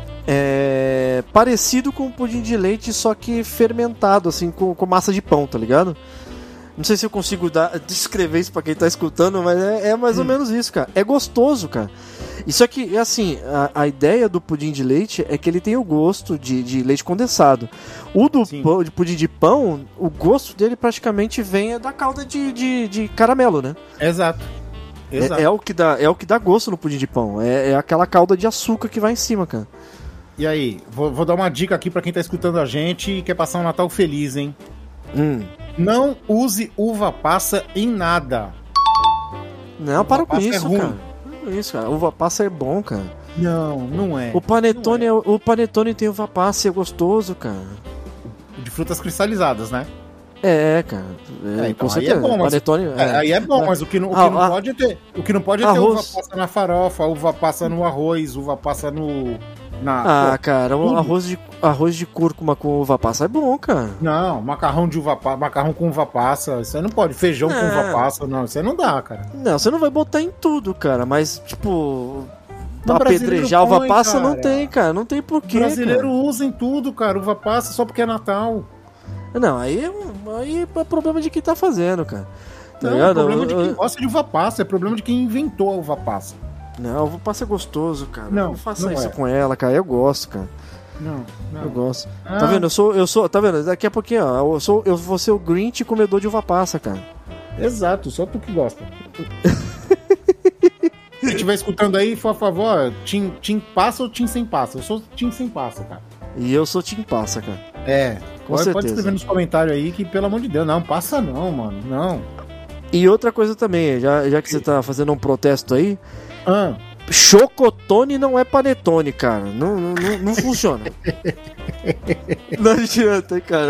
é, parecido com o pudim de leite, só que fermentado, assim, com, com massa de pão, tá ligado? Não sei se eu consigo dar, descrever isso pra quem tá escutando, mas é, é mais ou menos isso, cara. É gostoso, cara. E só que, assim, a, a ideia do pudim de leite é que ele tem o gosto de, de leite condensado. O do Sim. pão, de pudim de pão, o gosto dele praticamente vem da calda de, de, de caramelo, né? Exato. Exato. É, é, o que dá, é o que dá gosto no pudim de pão. É, é aquela calda de açúcar que vai em cima, cara. E aí, vou, vou dar uma dica aqui pra quem tá escutando a gente e quer passar um Natal feliz, hein? Hum. Não use uva passa em nada. Não, para com passa é isso, ruim. cara. Para com isso, cara. Uva passa é bom, cara. Não, não é. O panetone, é. o panetone tem uva passa e é gostoso, cara. De frutas cristalizadas, né? É, cara. É, É, então, com aí certeza. é bom, mas- Panetone, É, aí é bom, mas o que não, o que Ah, não ah, pode é ter. O que não pode é ter arroz. uva passa na farofa, uva passa no arroz, uva passa no. Na, Ah, pô, cara, um tudo. arroz de, arroz de cúrcuma com uva passa é bom, cara. Não, macarrão de uva passa, macarrão com uva passa, isso aí não pode. Feijão com Não. uva passa, não, isso aí não dá, cara. Não, você não vai botar em tudo, cara, mas, tipo, Mas apedrejar brasileiro uva põe, passa não cara. tem, cara. Não tem O porquê, brasileiro usa em tudo, cara, uva passa só porque é Natal. cara. Não, aí, é- aí é problema de quem tá fazendo, cara. Tá Não, é ligado? problema de Eu- quem eu- gosta de uva passa, é problema de quem inventou a uva passa. Não, uva passa é gostoso, cara. Não, Não faça não isso é. com ela, cara. Eu gosto, cara. Não, não. Eu gosto. Ah. Tá vendo? Eu sou, eu sou, tá vendo? Daqui a pouquinho, ó, eu sou, eu vou ser o Grinch comedor de uva passa, cara. Exato, só tu que gosta. Se estiver escutando aí, por favor, Tim, tim passa ou Tim sem passa? Eu sou Tim sem passa, cara. E eu sou Tim Passa, cara. É, Com pode, pode certeza. escrever nos comentários aí que, pelo amor de Deus, não, passa não, mano, não. E outra coisa também, já, já que você tá fazendo um protesto aí, Ah, chocotone não é panetone, cara. Não, não, não, não funciona. Não adianta, cara.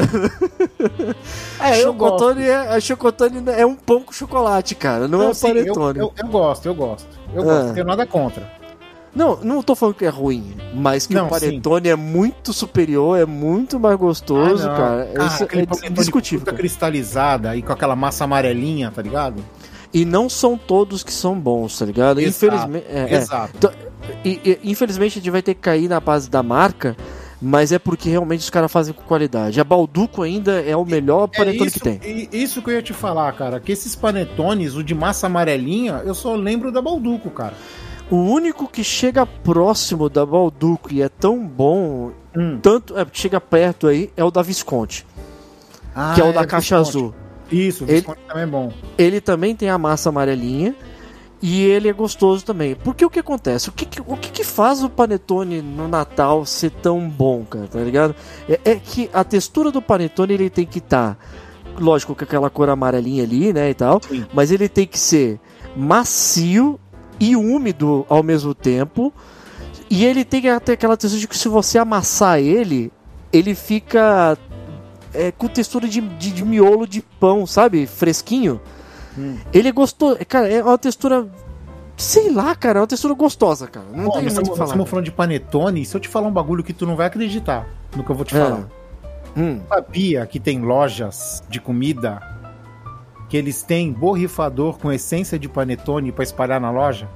é, eu gosto. Chocotone é, a chocotone é um pão com chocolate, cara. Não, é sim, eu, panetone. eu, eu gosto, eu gosto. Eu Ah. gosto, não tenho nada contra. Não, não tô falando que é ruim, mas que Não, o panetone é muito superior, é muito mais gostoso, Ah, não. cara. Ah, Isso aquele é panetone de indiscutível. fruta Cara. cristalizada e com aquela massa amarelinha, tá ligado? E não são todos que são bons, tá ligado? Exato, Infelizmente, é, é. Exato. Então, e, e, infelizmente a gente vai ter que cair na base da marca, mas é porque realmente os caras fazem com qualidade. A Balduco ainda é o melhor panetone é isso, que tem. e- Isso que eu ia te falar, cara, que esses panetones, o de massa amarelinha, eu só lembro da Balduco, cara. O único que chega próximo da Balduco e é tão bom, Hum. tanto é, que chega perto aí, é o da Visconti, Ah, que é o da é, caixa Visconti. azul. Isso, o Ele- Visconti também é bom. Ele também tem a massa amarelinha e ele é gostoso também. Porque o que acontece? O que, que- o que, que faz o panetone no Natal ser tão bom, cara, tá ligado? É, é que a textura do panetone ele tem que estar, lógico, com aquela cor amarelinha ali, né, e tal, Sim. mas ele tem que ser macio e úmido ao mesmo tempo. E ele tem que ter aquela textura de que se você amassar ele, ele fica é, com textura de, de, de miolo de pão, sabe? Fresquinho. Hum. Ele é gostoso. Cara, é uma textura. Sei lá, cara, é uma textura gostosa, cara. Não Bom, tem nós muito o que estamos falar. estamos falando de panetone, se eu te falar um bagulho que tu não vai acreditar no que eu vou te É. falar. Hum. Sabia que tem lojas de comida que eles têm borrifador com essência de panetone pra espalhar na loja?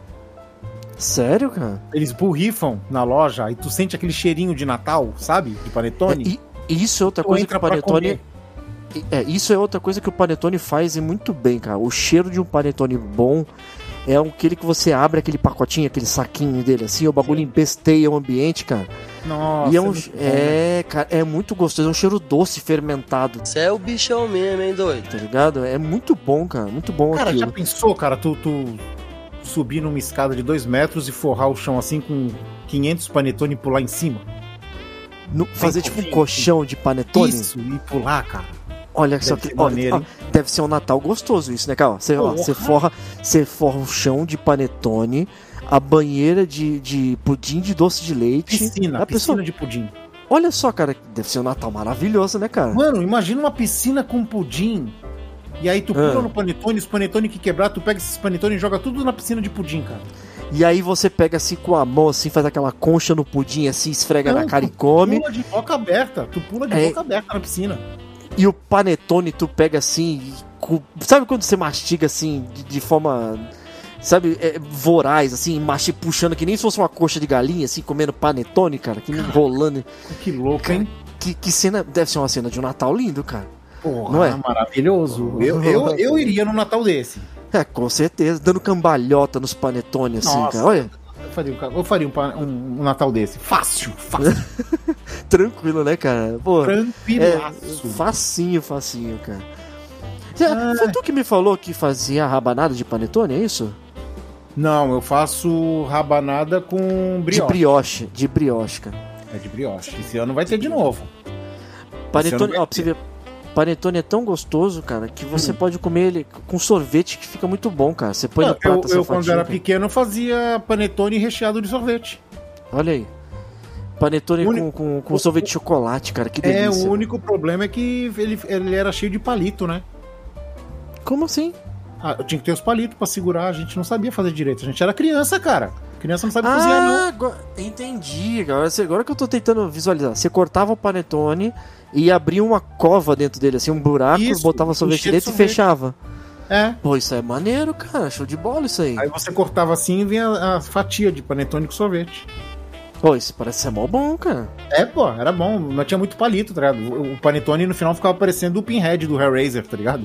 Sério, cara? Eles borrifam na loja e tu sente aquele cheirinho de Natal, sabe? De panetone. E, Isso é outra Tu coisa que entra o pra Panetone... É, isso é outra coisa que o Panetone faz e muito bem, cara. O cheiro de um Panetone bom é aquele que você abre aquele pacotinho, aquele saquinho dele, assim, o bagulho embesteia o ambiente, cara. Nossa, e é, um, muito bom, né? é, cara, é muito gostoso, é um cheiro doce, fermentado. Você é o bichão mesmo, hein, doido? Tá ligado? É muito bom, cara, muito bom Cara, aquilo. já pensou, cara, tu, tu subir numa escada de dois metros e forrar o chão assim com quinhentos panetone e pular em cima? No, fazer tipo um colchão de panetone. Isso, e pular, cara. Olha só Deve que ser olha, maneiro, ó, hein? deve ser um Natal gostoso isso, né, cara? Você, ó, você forra, você forra o chão de panetone, a banheira de, de pudim de doce de leite. Piscina, a piscina pessoa... de pudim. Olha só, cara, deve ser um Natal maravilhoso, né, cara? Mano, imagina uma piscina com pudim. E aí tu pula Ah. no panetone, os panetone que quebrar, tu pega esses panetone e joga tudo na piscina de pudim, cara. E aí você pega assim com a mão, assim, faz aquela concha no pudim, assim, esfrega Não, na cara e tu come. pula de boca aberta, tu pula de É. boca aberta na piscina. E o panetone tu pega assim, com- sabe quando você mastiga assim, de, de forma, sabe, é, voraz, assim, machi, puxando que nem se fosse uma coxa de galinha, assim, comendo panetone, cara, que enrolando. Que louco, hein? Que, que cena, deve ser uma cena de um Natal lindo, cara. Porra, Não é? maravilhoso. Eu, eu, eu iria num Natal desse. É, com certeza, dando cambalhota nos panetones, assim, Nossa. cara, olha, Eu faria, um- eu faria um, pa- um- um Natal desse. Fácil, fácil. tranquilo, né, cara? Pô, é, Tranquilaço. facinho, facinho, cara. Já, Ah. foi tu que me falou que fazia rabanada de panetone, é isso? Não, eu faço rabanada com brioche. De brioche, de brioche, cara. É de brioche. Esse ano vai ter de novo. Panetone, vai ó, pra você ver, panetone é tão gostoso, cara, que você Hum. pode comer ele com sorvete que fica muito bom, cara. Você põe Não, no prato eu, essa eu quando fatia, era cara. pequeno, eu fazia panetone recheado de sorvete. Olha aí. Panetone O uni- com, com, com sorvete de chocolate, cara, que É, delícia. o único problema é que ele, ele era cheio de palito, né? Como assim? Ah, eu tinha que ter os palitos pra segurar, a gente não sabia fazer direito. A gente era criança, cara. Criança não sabe cozinhar, não. Ah, agora, entendi. Agora, você- agora que eu tô tentando visualizar. Você cortava o panetone e abria uma cova dentro dele, assim, um buraco, Isso, botava sorvete enchia de dentro e sorvete. fechava. É. Pô, isso é maneiro, cara. Show de bola isso aí. Aí você cortava assim e vinha a fatia de panetone com sorvete. Pô, isso parece ser mó bom, cara. É, pô, era bom. Não tinha muito palito, tá ligado? O, o panetone no final ficava parecendo o Pinhead do Hellraiser, tá ligado?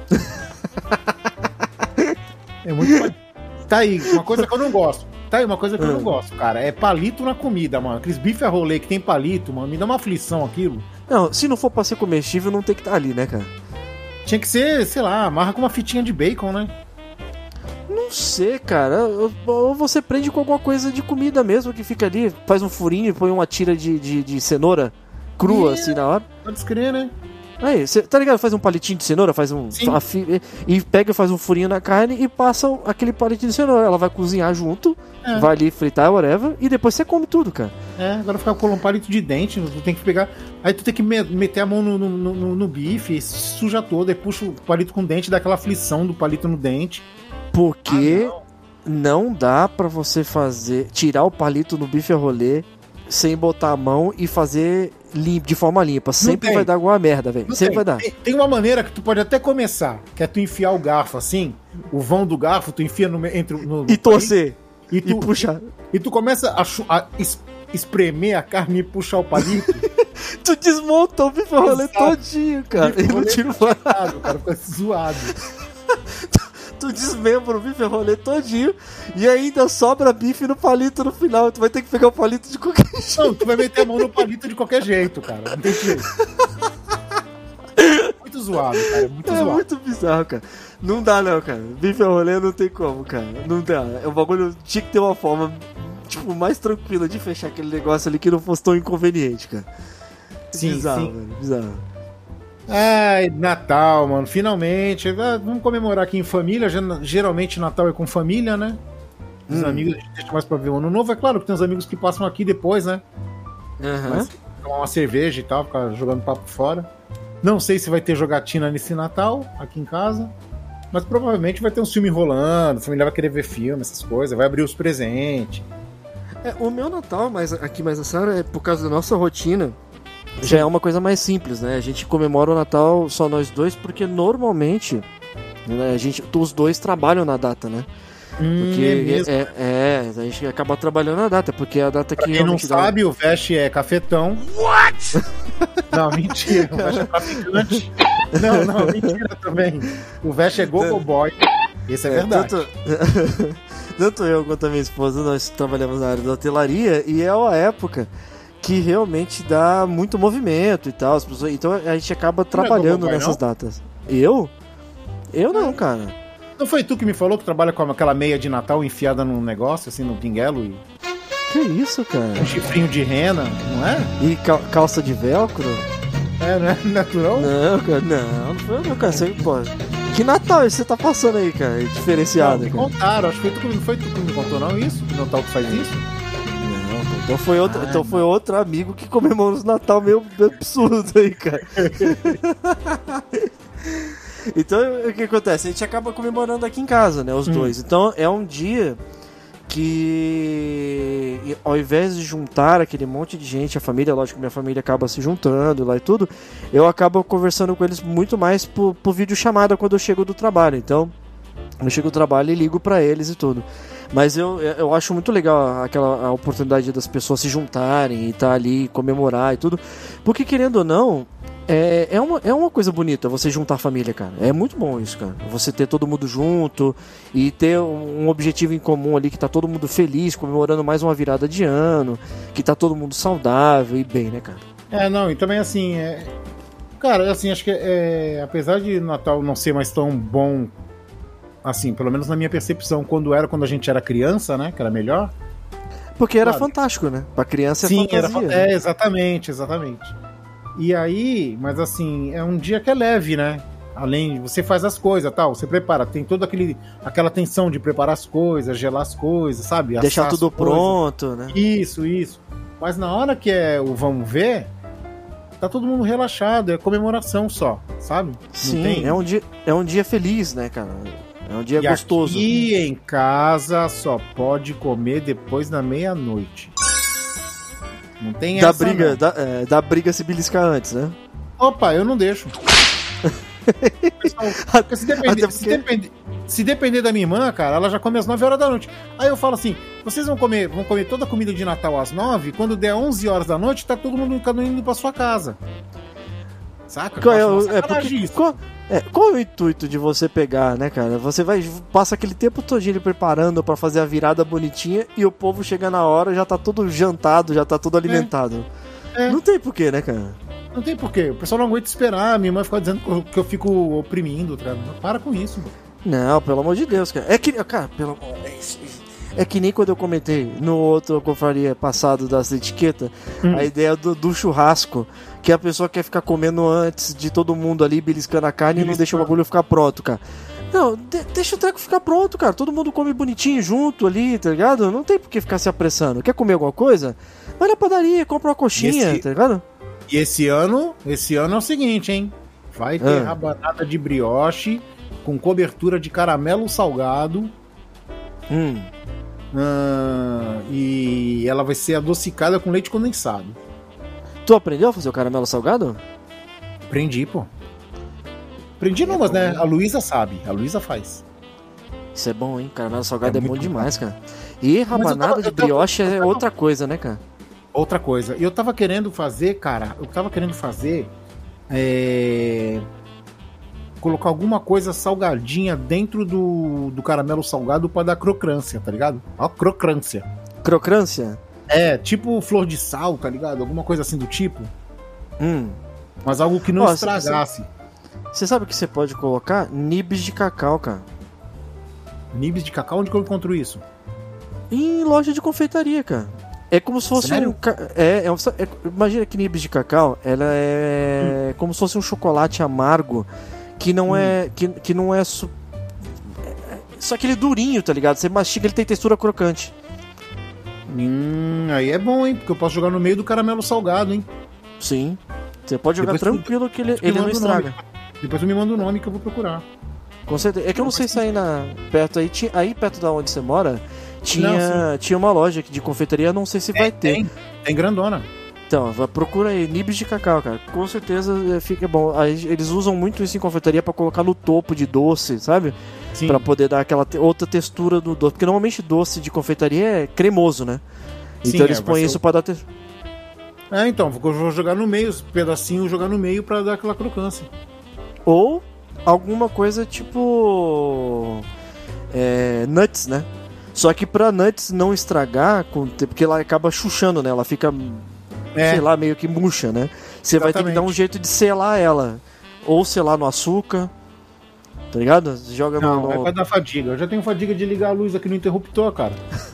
É muito palito. Tá aí, uma coisa que eu não gosto. Tá aí, uma coisa que eu não gosto, cara. É palito na comida, mano. Aqueles bife a rolê que tem palito, mano. Me dá uma aflição aquilo. Não, se não for pra ser comestível, não tem que estar ali, né, cara? Tinha que ser, sei lá, amarra com uma fitinha de bacon, né? Não sei, cara. Ou você prende com alguma coisa de comida mesmo que fica ali, faz um furinho e põe uma tira de, de, de cenoura crua, Ih. assim, na hora. Pode escrever, né? Aí, cê, tá ligado? Faz um palitinho de cenoura, faz um. Sim. afi- e pega e faz um furinho na carne e passa o- aquele palitinho de cenoura. Ela vai cozinhar junto, É. vai ali fritar, whatever, e depois você come tudo, cara. É, agora ficar com um palito de dente, tu tem que pegar. Aí tu tem que me- meter a mão no, no, no- no bife, suja todo, aí puxa o palito com o dente, dá aquela aflição do palito no dente. Porque Ah, não dá pra você fazer. Tirar o palito no bife a rolê sem botar a mão e fazer lim- de forma limpa. Sempre tem. vai dar alguma merda, velho. Não Sempre tem. vai dar. Tem, tem uma maneira que tu pode até começar, que é tu enfiar o garfo assim, o vão do garfo, tu enfia no, me- entre o- no, no E torcer. palito, e E tu, puxar. e tu começa a, chu- a es- espremer a carne e puxar o palito. Tu desmonta o bife a rolê Exato. todinho, cara. Bife E não rolê tira o zoado, cara, fica zoado. Tu desmembra o bife a rolê todinho e ainda sobra bife no palito no final. Tu vai ter que pegar o palito de qualquer jeito. Não, tu vai meter a mão no palito de qualquer jeito, cara. Não tem jeito. Muito zoado, cara. É muito É zoado. muito bizarro, cara. Não dá não, cara. Bife a rolê não tem como, cara. Não dá. O bagulho tinha que ter uma forma, tipo, mais tranquila de fechar aquele negócio ali que não fosse tão inconveniente, cara. Sim, bizarro, sim. velho. Bizarro. Ai, Natal, mano. Finalmente. Ah, vamos comemorar aqui em família. Gen- Geralmente Natal é com família, né? Os Hum. amigos a gente deixa mais pra ver o ano novo. É claro que tem uns amigos que passam aqui depois, né? Aham. Mas tomar uma cerveja e tal, ficar jogando papo fora. Não sei se vai ter jogatina nesse Natal aqui em casa. Mas provavelmente vai ter um filme rolando. A família vai querer ver filme, essas coisas. Vai abrir os presentes. É, o meu Natal, mas aqui mais a Sara, é por causa da nossa rotina. Já é uma coisa mais simples, né? A gente comemora o Natal só nós dois, porque normalmente, né, a gente, os dois trabalham na data, né? Hum, Porque é, mesmo. é, é, a gente acaba trabalhando a data, porque é a data Pra que quem não realmente dá- sabe, o Vest é cafetão. What? Não, mentira. O Vest é traficante. Não, não, mentira também. O Vest é gogo boy. Esse é, É, verdade. Tanto, tanto eu quanto a minha esposa, nós trabalhamos na área da hotelaria e é uma época que realmente dá muito movimento e tal. As pessoas, então a gente acaba trabalhando Boy, nessas não? datas. Eu? Eu não, cara. Não foi tu que me falou que trabalha com aquela meia de Natal enfiada num negócio, assim, no pinguelo e Que isso, cara? um chifrinho de rena, não é? E cal- calça de velcro? É, não é natural? Não, cara, não, não foi eu, não, cara. Você, pô, que Natal esse você tá passando aí, cara? Diferenciado, Não, me cara. contaram, acho que foi tu que não foi tu que me contou, não, isso? Que Natal tu faz isso? Não, cara, então foi outro, Ah, então foi outro amigo que comemorou o Natal meio absurdo aí, cara. Então, o que acontece? A gente acaba comemorando aqui em casa, né, os Hum. dois. Então, é um dia que, ao invés de juntar aquele monte de gente, a família, lógico que minha família acaba se juntando lá e tudo, eu acabo conversando com eles muito mais por, por videochamada quando eu chego do trabalho. Então, eu chego do trabalho e ligo pra eles e tudo. Mas eu, eu acho muito legal aquela a oportunidade das pessoas se juntarem e estar ali, comemorar e tudo. Porque, querendo ou não, é, é, uma, é uma coisa bonita você juntar a família, cara. É muito bom isso, cara. Você ter todo mundo junto e ter um objetivo em comum ali, que tá todo mundo feliz, comemorando mais uma virada de ano, que tá todo mundo saudável e bem, né, cara? É, não, e também assim, é... cara, assim, acho que é... apesar de Natal não ser mais tão bom, assim, pelo menos na minha percepção, quando era quando a gente era criança, né, que era melhor. Porque era Claro. fantástico, né? Pra criança é Sim, fantasia. era fa- né? é, exatamente, exatamente. E aí, mas assim, é um dia que é leve, né? Além, você faz as coisas, tal, você prepara, tem toda aquele, aquela tensão de preparar as coisas, gelar as coisas, sabe? Deixar Assar as tudo coisas. pronto, né? Isso, isso. Mas na hora que é o vamos ver, tá todo mundo relaxado, é comemoração só, sabe? Não Sim, tem- é um dia, é um dia feliz, né, cara? É um dia E gostoso. aqui em casa só pode comer depois da meia-noite. Não tem Da essa, briga, não. da, é, da briga se beliscar antes, né? Opa, eu não deixo. Pessoal, porque se, depender, Até se, porque- depender, se depender da minha irmã, cara, ela já come às nove horas da noite. Aí eu falo assim: vocês vão comer, vão comer toda a comida de Natal às nove, quando der onze horas da noite, tá todo mundo cada um indo pra sua casa. Saca? Qual é, Eu acho o- uma é, porque, sacanagem isso. qual, é, qual é o intuito de você pegar, né, cara? Você vai, passa aquele tempo todinho ali preparando pra fazer a virada bonitinha e o povo chega na hora, já tá tudo jantado, já tá tudo alimentado. É. Não tem porquê, né, cara? Não tem porquê. O pessoal não aguenta esperar. Minha mãe fica dizendo que eu- que eu fico oprimindo. Tá? Para com isso. Mano. Não, pelo amor de Deus, cara. É que, cara, pelo é, isso- é que nem quando eu comentei no outro confraria passado das etiquetas, Hum. a ideia do, do churrasco, que a pessoa quer ficar comendo antes de todo mundo ali beliscando a carne e não Beliscando. deixa o bagulho ficar pronto, cara. Não, de- deixa o treco ficar pronto, cara. Todo mundo come bonitinho junto ali, tá ligado? Não tem por que ficar se apressando. Quer comer alguma coisa? Vai na padaria, compra uma coxinha, Esse- tá ligado? E esse ano, esse ano é o seguinte, hein? Vai ter Ah. rabanada de brioche com cobertura de caramelo salgado. Hum. ah, e ela vai ser adocicada com leite condensado. Tu aprendeu a fazer o caramelo salgado? Aprendi, pô. Aprendi não, mas né? A Luísa sabe. A Luísa faz. Isso é bom, hein? Caramelo salgado é, É bom muito demais, cara. E eu rabanada tava- de eu tava- brioche eu é tava- outra coisa, né, cara? Outra coisa. Eu tava querendo fazer, cara. Eu tava querendo fazer. É... Colocar alguma coisa salgadinha dentro do, do caramelo salgado pra dar crocância, tá ligado? Ó, crocância. Crocância? É, tipo flor de sal, tá ligado? Alguma coisa assim do tipo. Hum. Mas algo que não Ó, estragasse. Você sabe o que você pode colocar? Nibs de cacau, cara. Nibs de cacau, onde que eu encontro isso? Em loja de confeitaria, cara. É como se fosse Sério? um. ca- É, é, um- é- imagina que nibs de cacau, ela é como se fosse um chocolate amargo que não Hum. é. Que, que não é. Su... é- é só aquele durinho, tá ligado? Você mastiga, ele tem textura crocante. Hum, aí é bom, hein? Porque eu posso jogar no meio do caramelo salgado, hein? Sim. Você pode jogar Depois tu- tranquilo que ele, tu me ele não manda o estraga. nome. Depois tu me manda o nome que eu vou procurar. Com certeza. É que eu não sei se aí na, perto aí, tinha, aí perto da onde você mora, tinha, Não, tinha uma loja de confeitaria, não sei se vai ter. Tem, tem grandona. Então, vai- procura aí, nibs de cacau, cara. Com certeza é, fica bom. Aí, eles usam muito isso em confeitaria pra colocar no topo de doce, sabe? Sim. Pra poder dar aquela te- outra textura do doce. Porque normalmente doce de confeitaria é cremoso, né? Sim, Então eles é, põem vai ser isso o- pra dar... Te... É, então, eu vou jogar no meio, os pedacinhos jogar no meio pra dar aquela crocância. Ou alguma coisa tipo... É, nuts, né? Só que pra nuts não estragar, com- porque ela acaba chuchando, né? Ela fica, É. sei lá, meio que murcha, né? Você vai ter que dar um Exatamente. jeito de selar ela. Ou selar no açúcar, tá ligado? Você joga Não, no... é pra dar fadiga. Eu já tenho fadiga de ligar a luz aqui no interruptor, cara.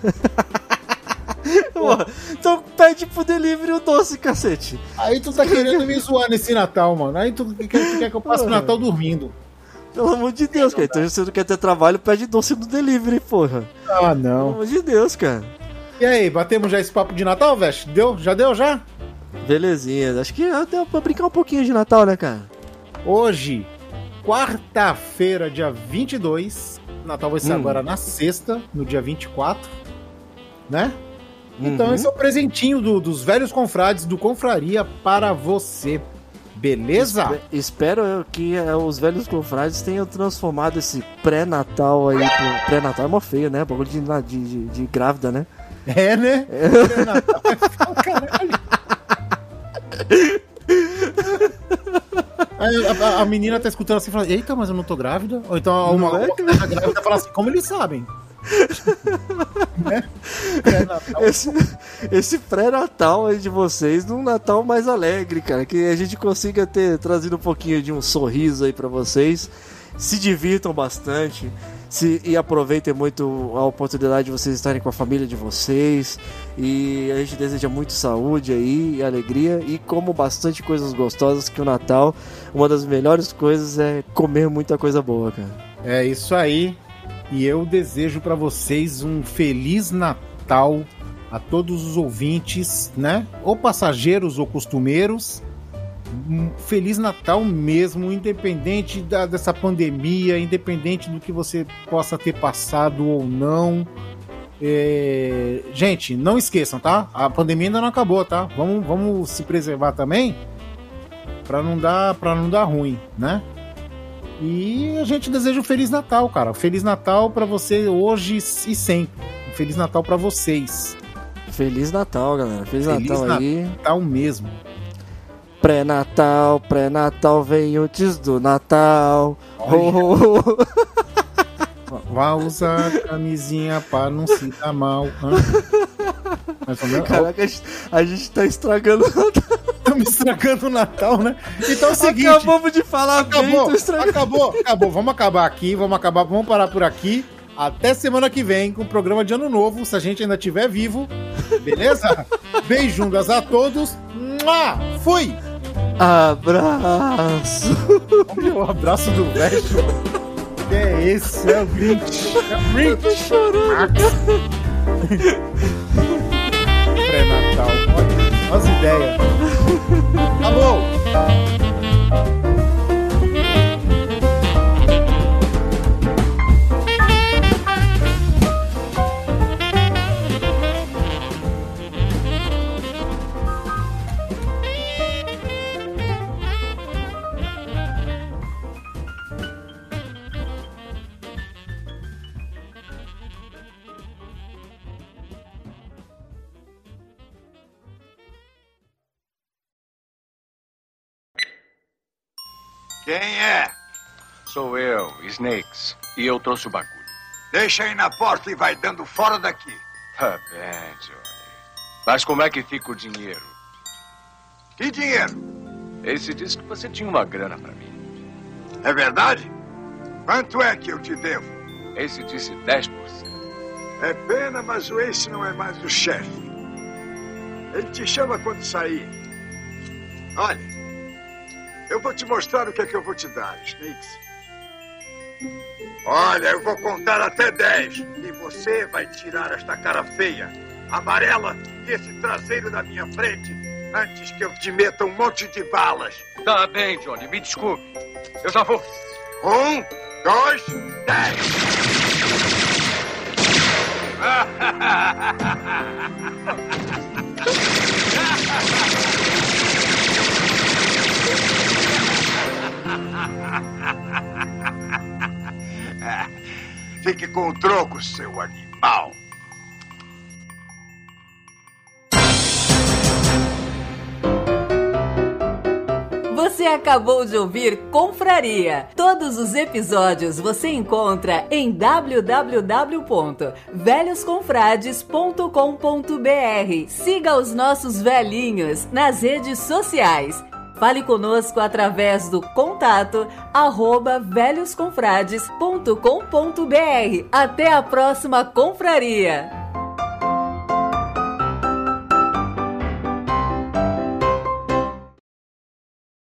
Pô, então pede pro delivery o doce, cacete. Aí tu tá querendo me zoar nesse Natal, mano. Aí tu quer, tu quer que eu passe o Natal dormindo. Pelo amor de Deus, cara. Então se você não quer ter trabalho, pede doce no delivery, porra. Ah, Pelo não. amor de Deus, cara. E aí, batemos já esse papo de Natal, Veste? Deu? Já deu, já? Belezinha. Acho que deu pra brincar um pouquinho de Natal, né, cara? Hoje, quarta-feira, dia vinte e dois. Natal vai ser Hum. agora na sexta, no dia vinte e quatro. Né? Então Uhum. esse é o presentinho do- dos velhos confrades do Confraria para você. Beleza? Espe- Espero eu que eh, os velhos confrades tenham transformado esse pré-natal aí pro... Pré-natal é mó feio, né? Bagulho de, na- de, de, de grávida, né? É, né? Natal vai ficar o caralho. Aí a, a- a menina tá escutando assim e fala: eita, mas eu não tô grávida? Ou então uma, Não é, uma que tá grávida fala assim: como eles sabem? Né? Pré-natal. Esse, esse pré-natal aí de vocês, num Natal mais alegre, cara. Que a gente consiga ter trazido um pouquinho de um sorriso aí pra vocês. Se divirtam bastante. Se, e aproveitem muito a oportunidade de vocês estarem com a família de vocês. E a gente deseja muito saúde aí, e alegria. E como bastante coisas gostosas, que o Natal, uma das melhores coisas é comer muita coisa boa, cara. É isso aí. E eu desejo pra vocês um Feliz Natal a todos os ouvintes, né? Ou passageiros ou costumeiros. Um Feliz Natal mesmo, independente da, dessa pandemia, independente do que você possa ter passado ou não. É, gente, não esqueçam, tá? A pandemia ainda não acabou, tá? Vamos, vamos se preservar também pra não dar, para não dar ruim, né? E a gente deseja um Feliz Natal, cara. Feliz Natal pra você hoje e sempre. Um Feliz Natal pra vocês. Feliz Natal, galera. Feliz, Feliz Natal aí. Natal mesmo. Pré-natal, pré-natal vem antes do Natal. Olha. Oh, oh, oh. Vá usar camisinha pra não se dar mal. Hã? Mas, ó, Caraca, a gente, a gente tá estragando o Natal. estamos estragando o Natal, né? Então é o seguinte. Acabamos de falar bem, Acabou, tô estragando. acabou, acabou. Vamos acabar aqui, vamos acabar, vamos parar por aqui. Até semana que vem com o programa de Ano Novo, se a gente ainda estiver vivo. Beleza? Beijundas a todos. Mua! Fui! Abraço. Olha o abraço do velho. Que é esse? É o Grinch. É o Grinch. Tô chorando. Pré-natal. Olha as ideias. Acabou! Quem é? Sou eu, Snakes. E eu trouxe o bagulho. Deixa aí na porta e vai dando fora daqui. Tá bem, Johnny. Mas como é que fica o dinheiro? Que dinheiro? Ace disse que você tinha uma grana pra mim. É verdade? Quanto é que eu te devo? Ace disse dez por cento. É pena, mas o Ace não é mais o chefe. Ele te chama quando sair. Olha, eu vou te mostrar o que é que eu vou te dar, Snakes. Olha, eu vou contar até dez e você vai tirar esta cara feia, amarela e esse traseiro da minha frente antes que eu te meta um monte de balas. Tá bem, Johnny. Me desculpe. Eu já vou. Um, dois, dez. Fique com o troco, seu animal. Você acabou de ouvir Confraria. Todos os episódios você encontra em w w w ponto velhos confrades ponto com ponto b r. Siga os nossos velhinhos nas redes sociais. Fale conosco através do contato arroba velhos confrades ponto com ponto b r. Até a próxima confraria!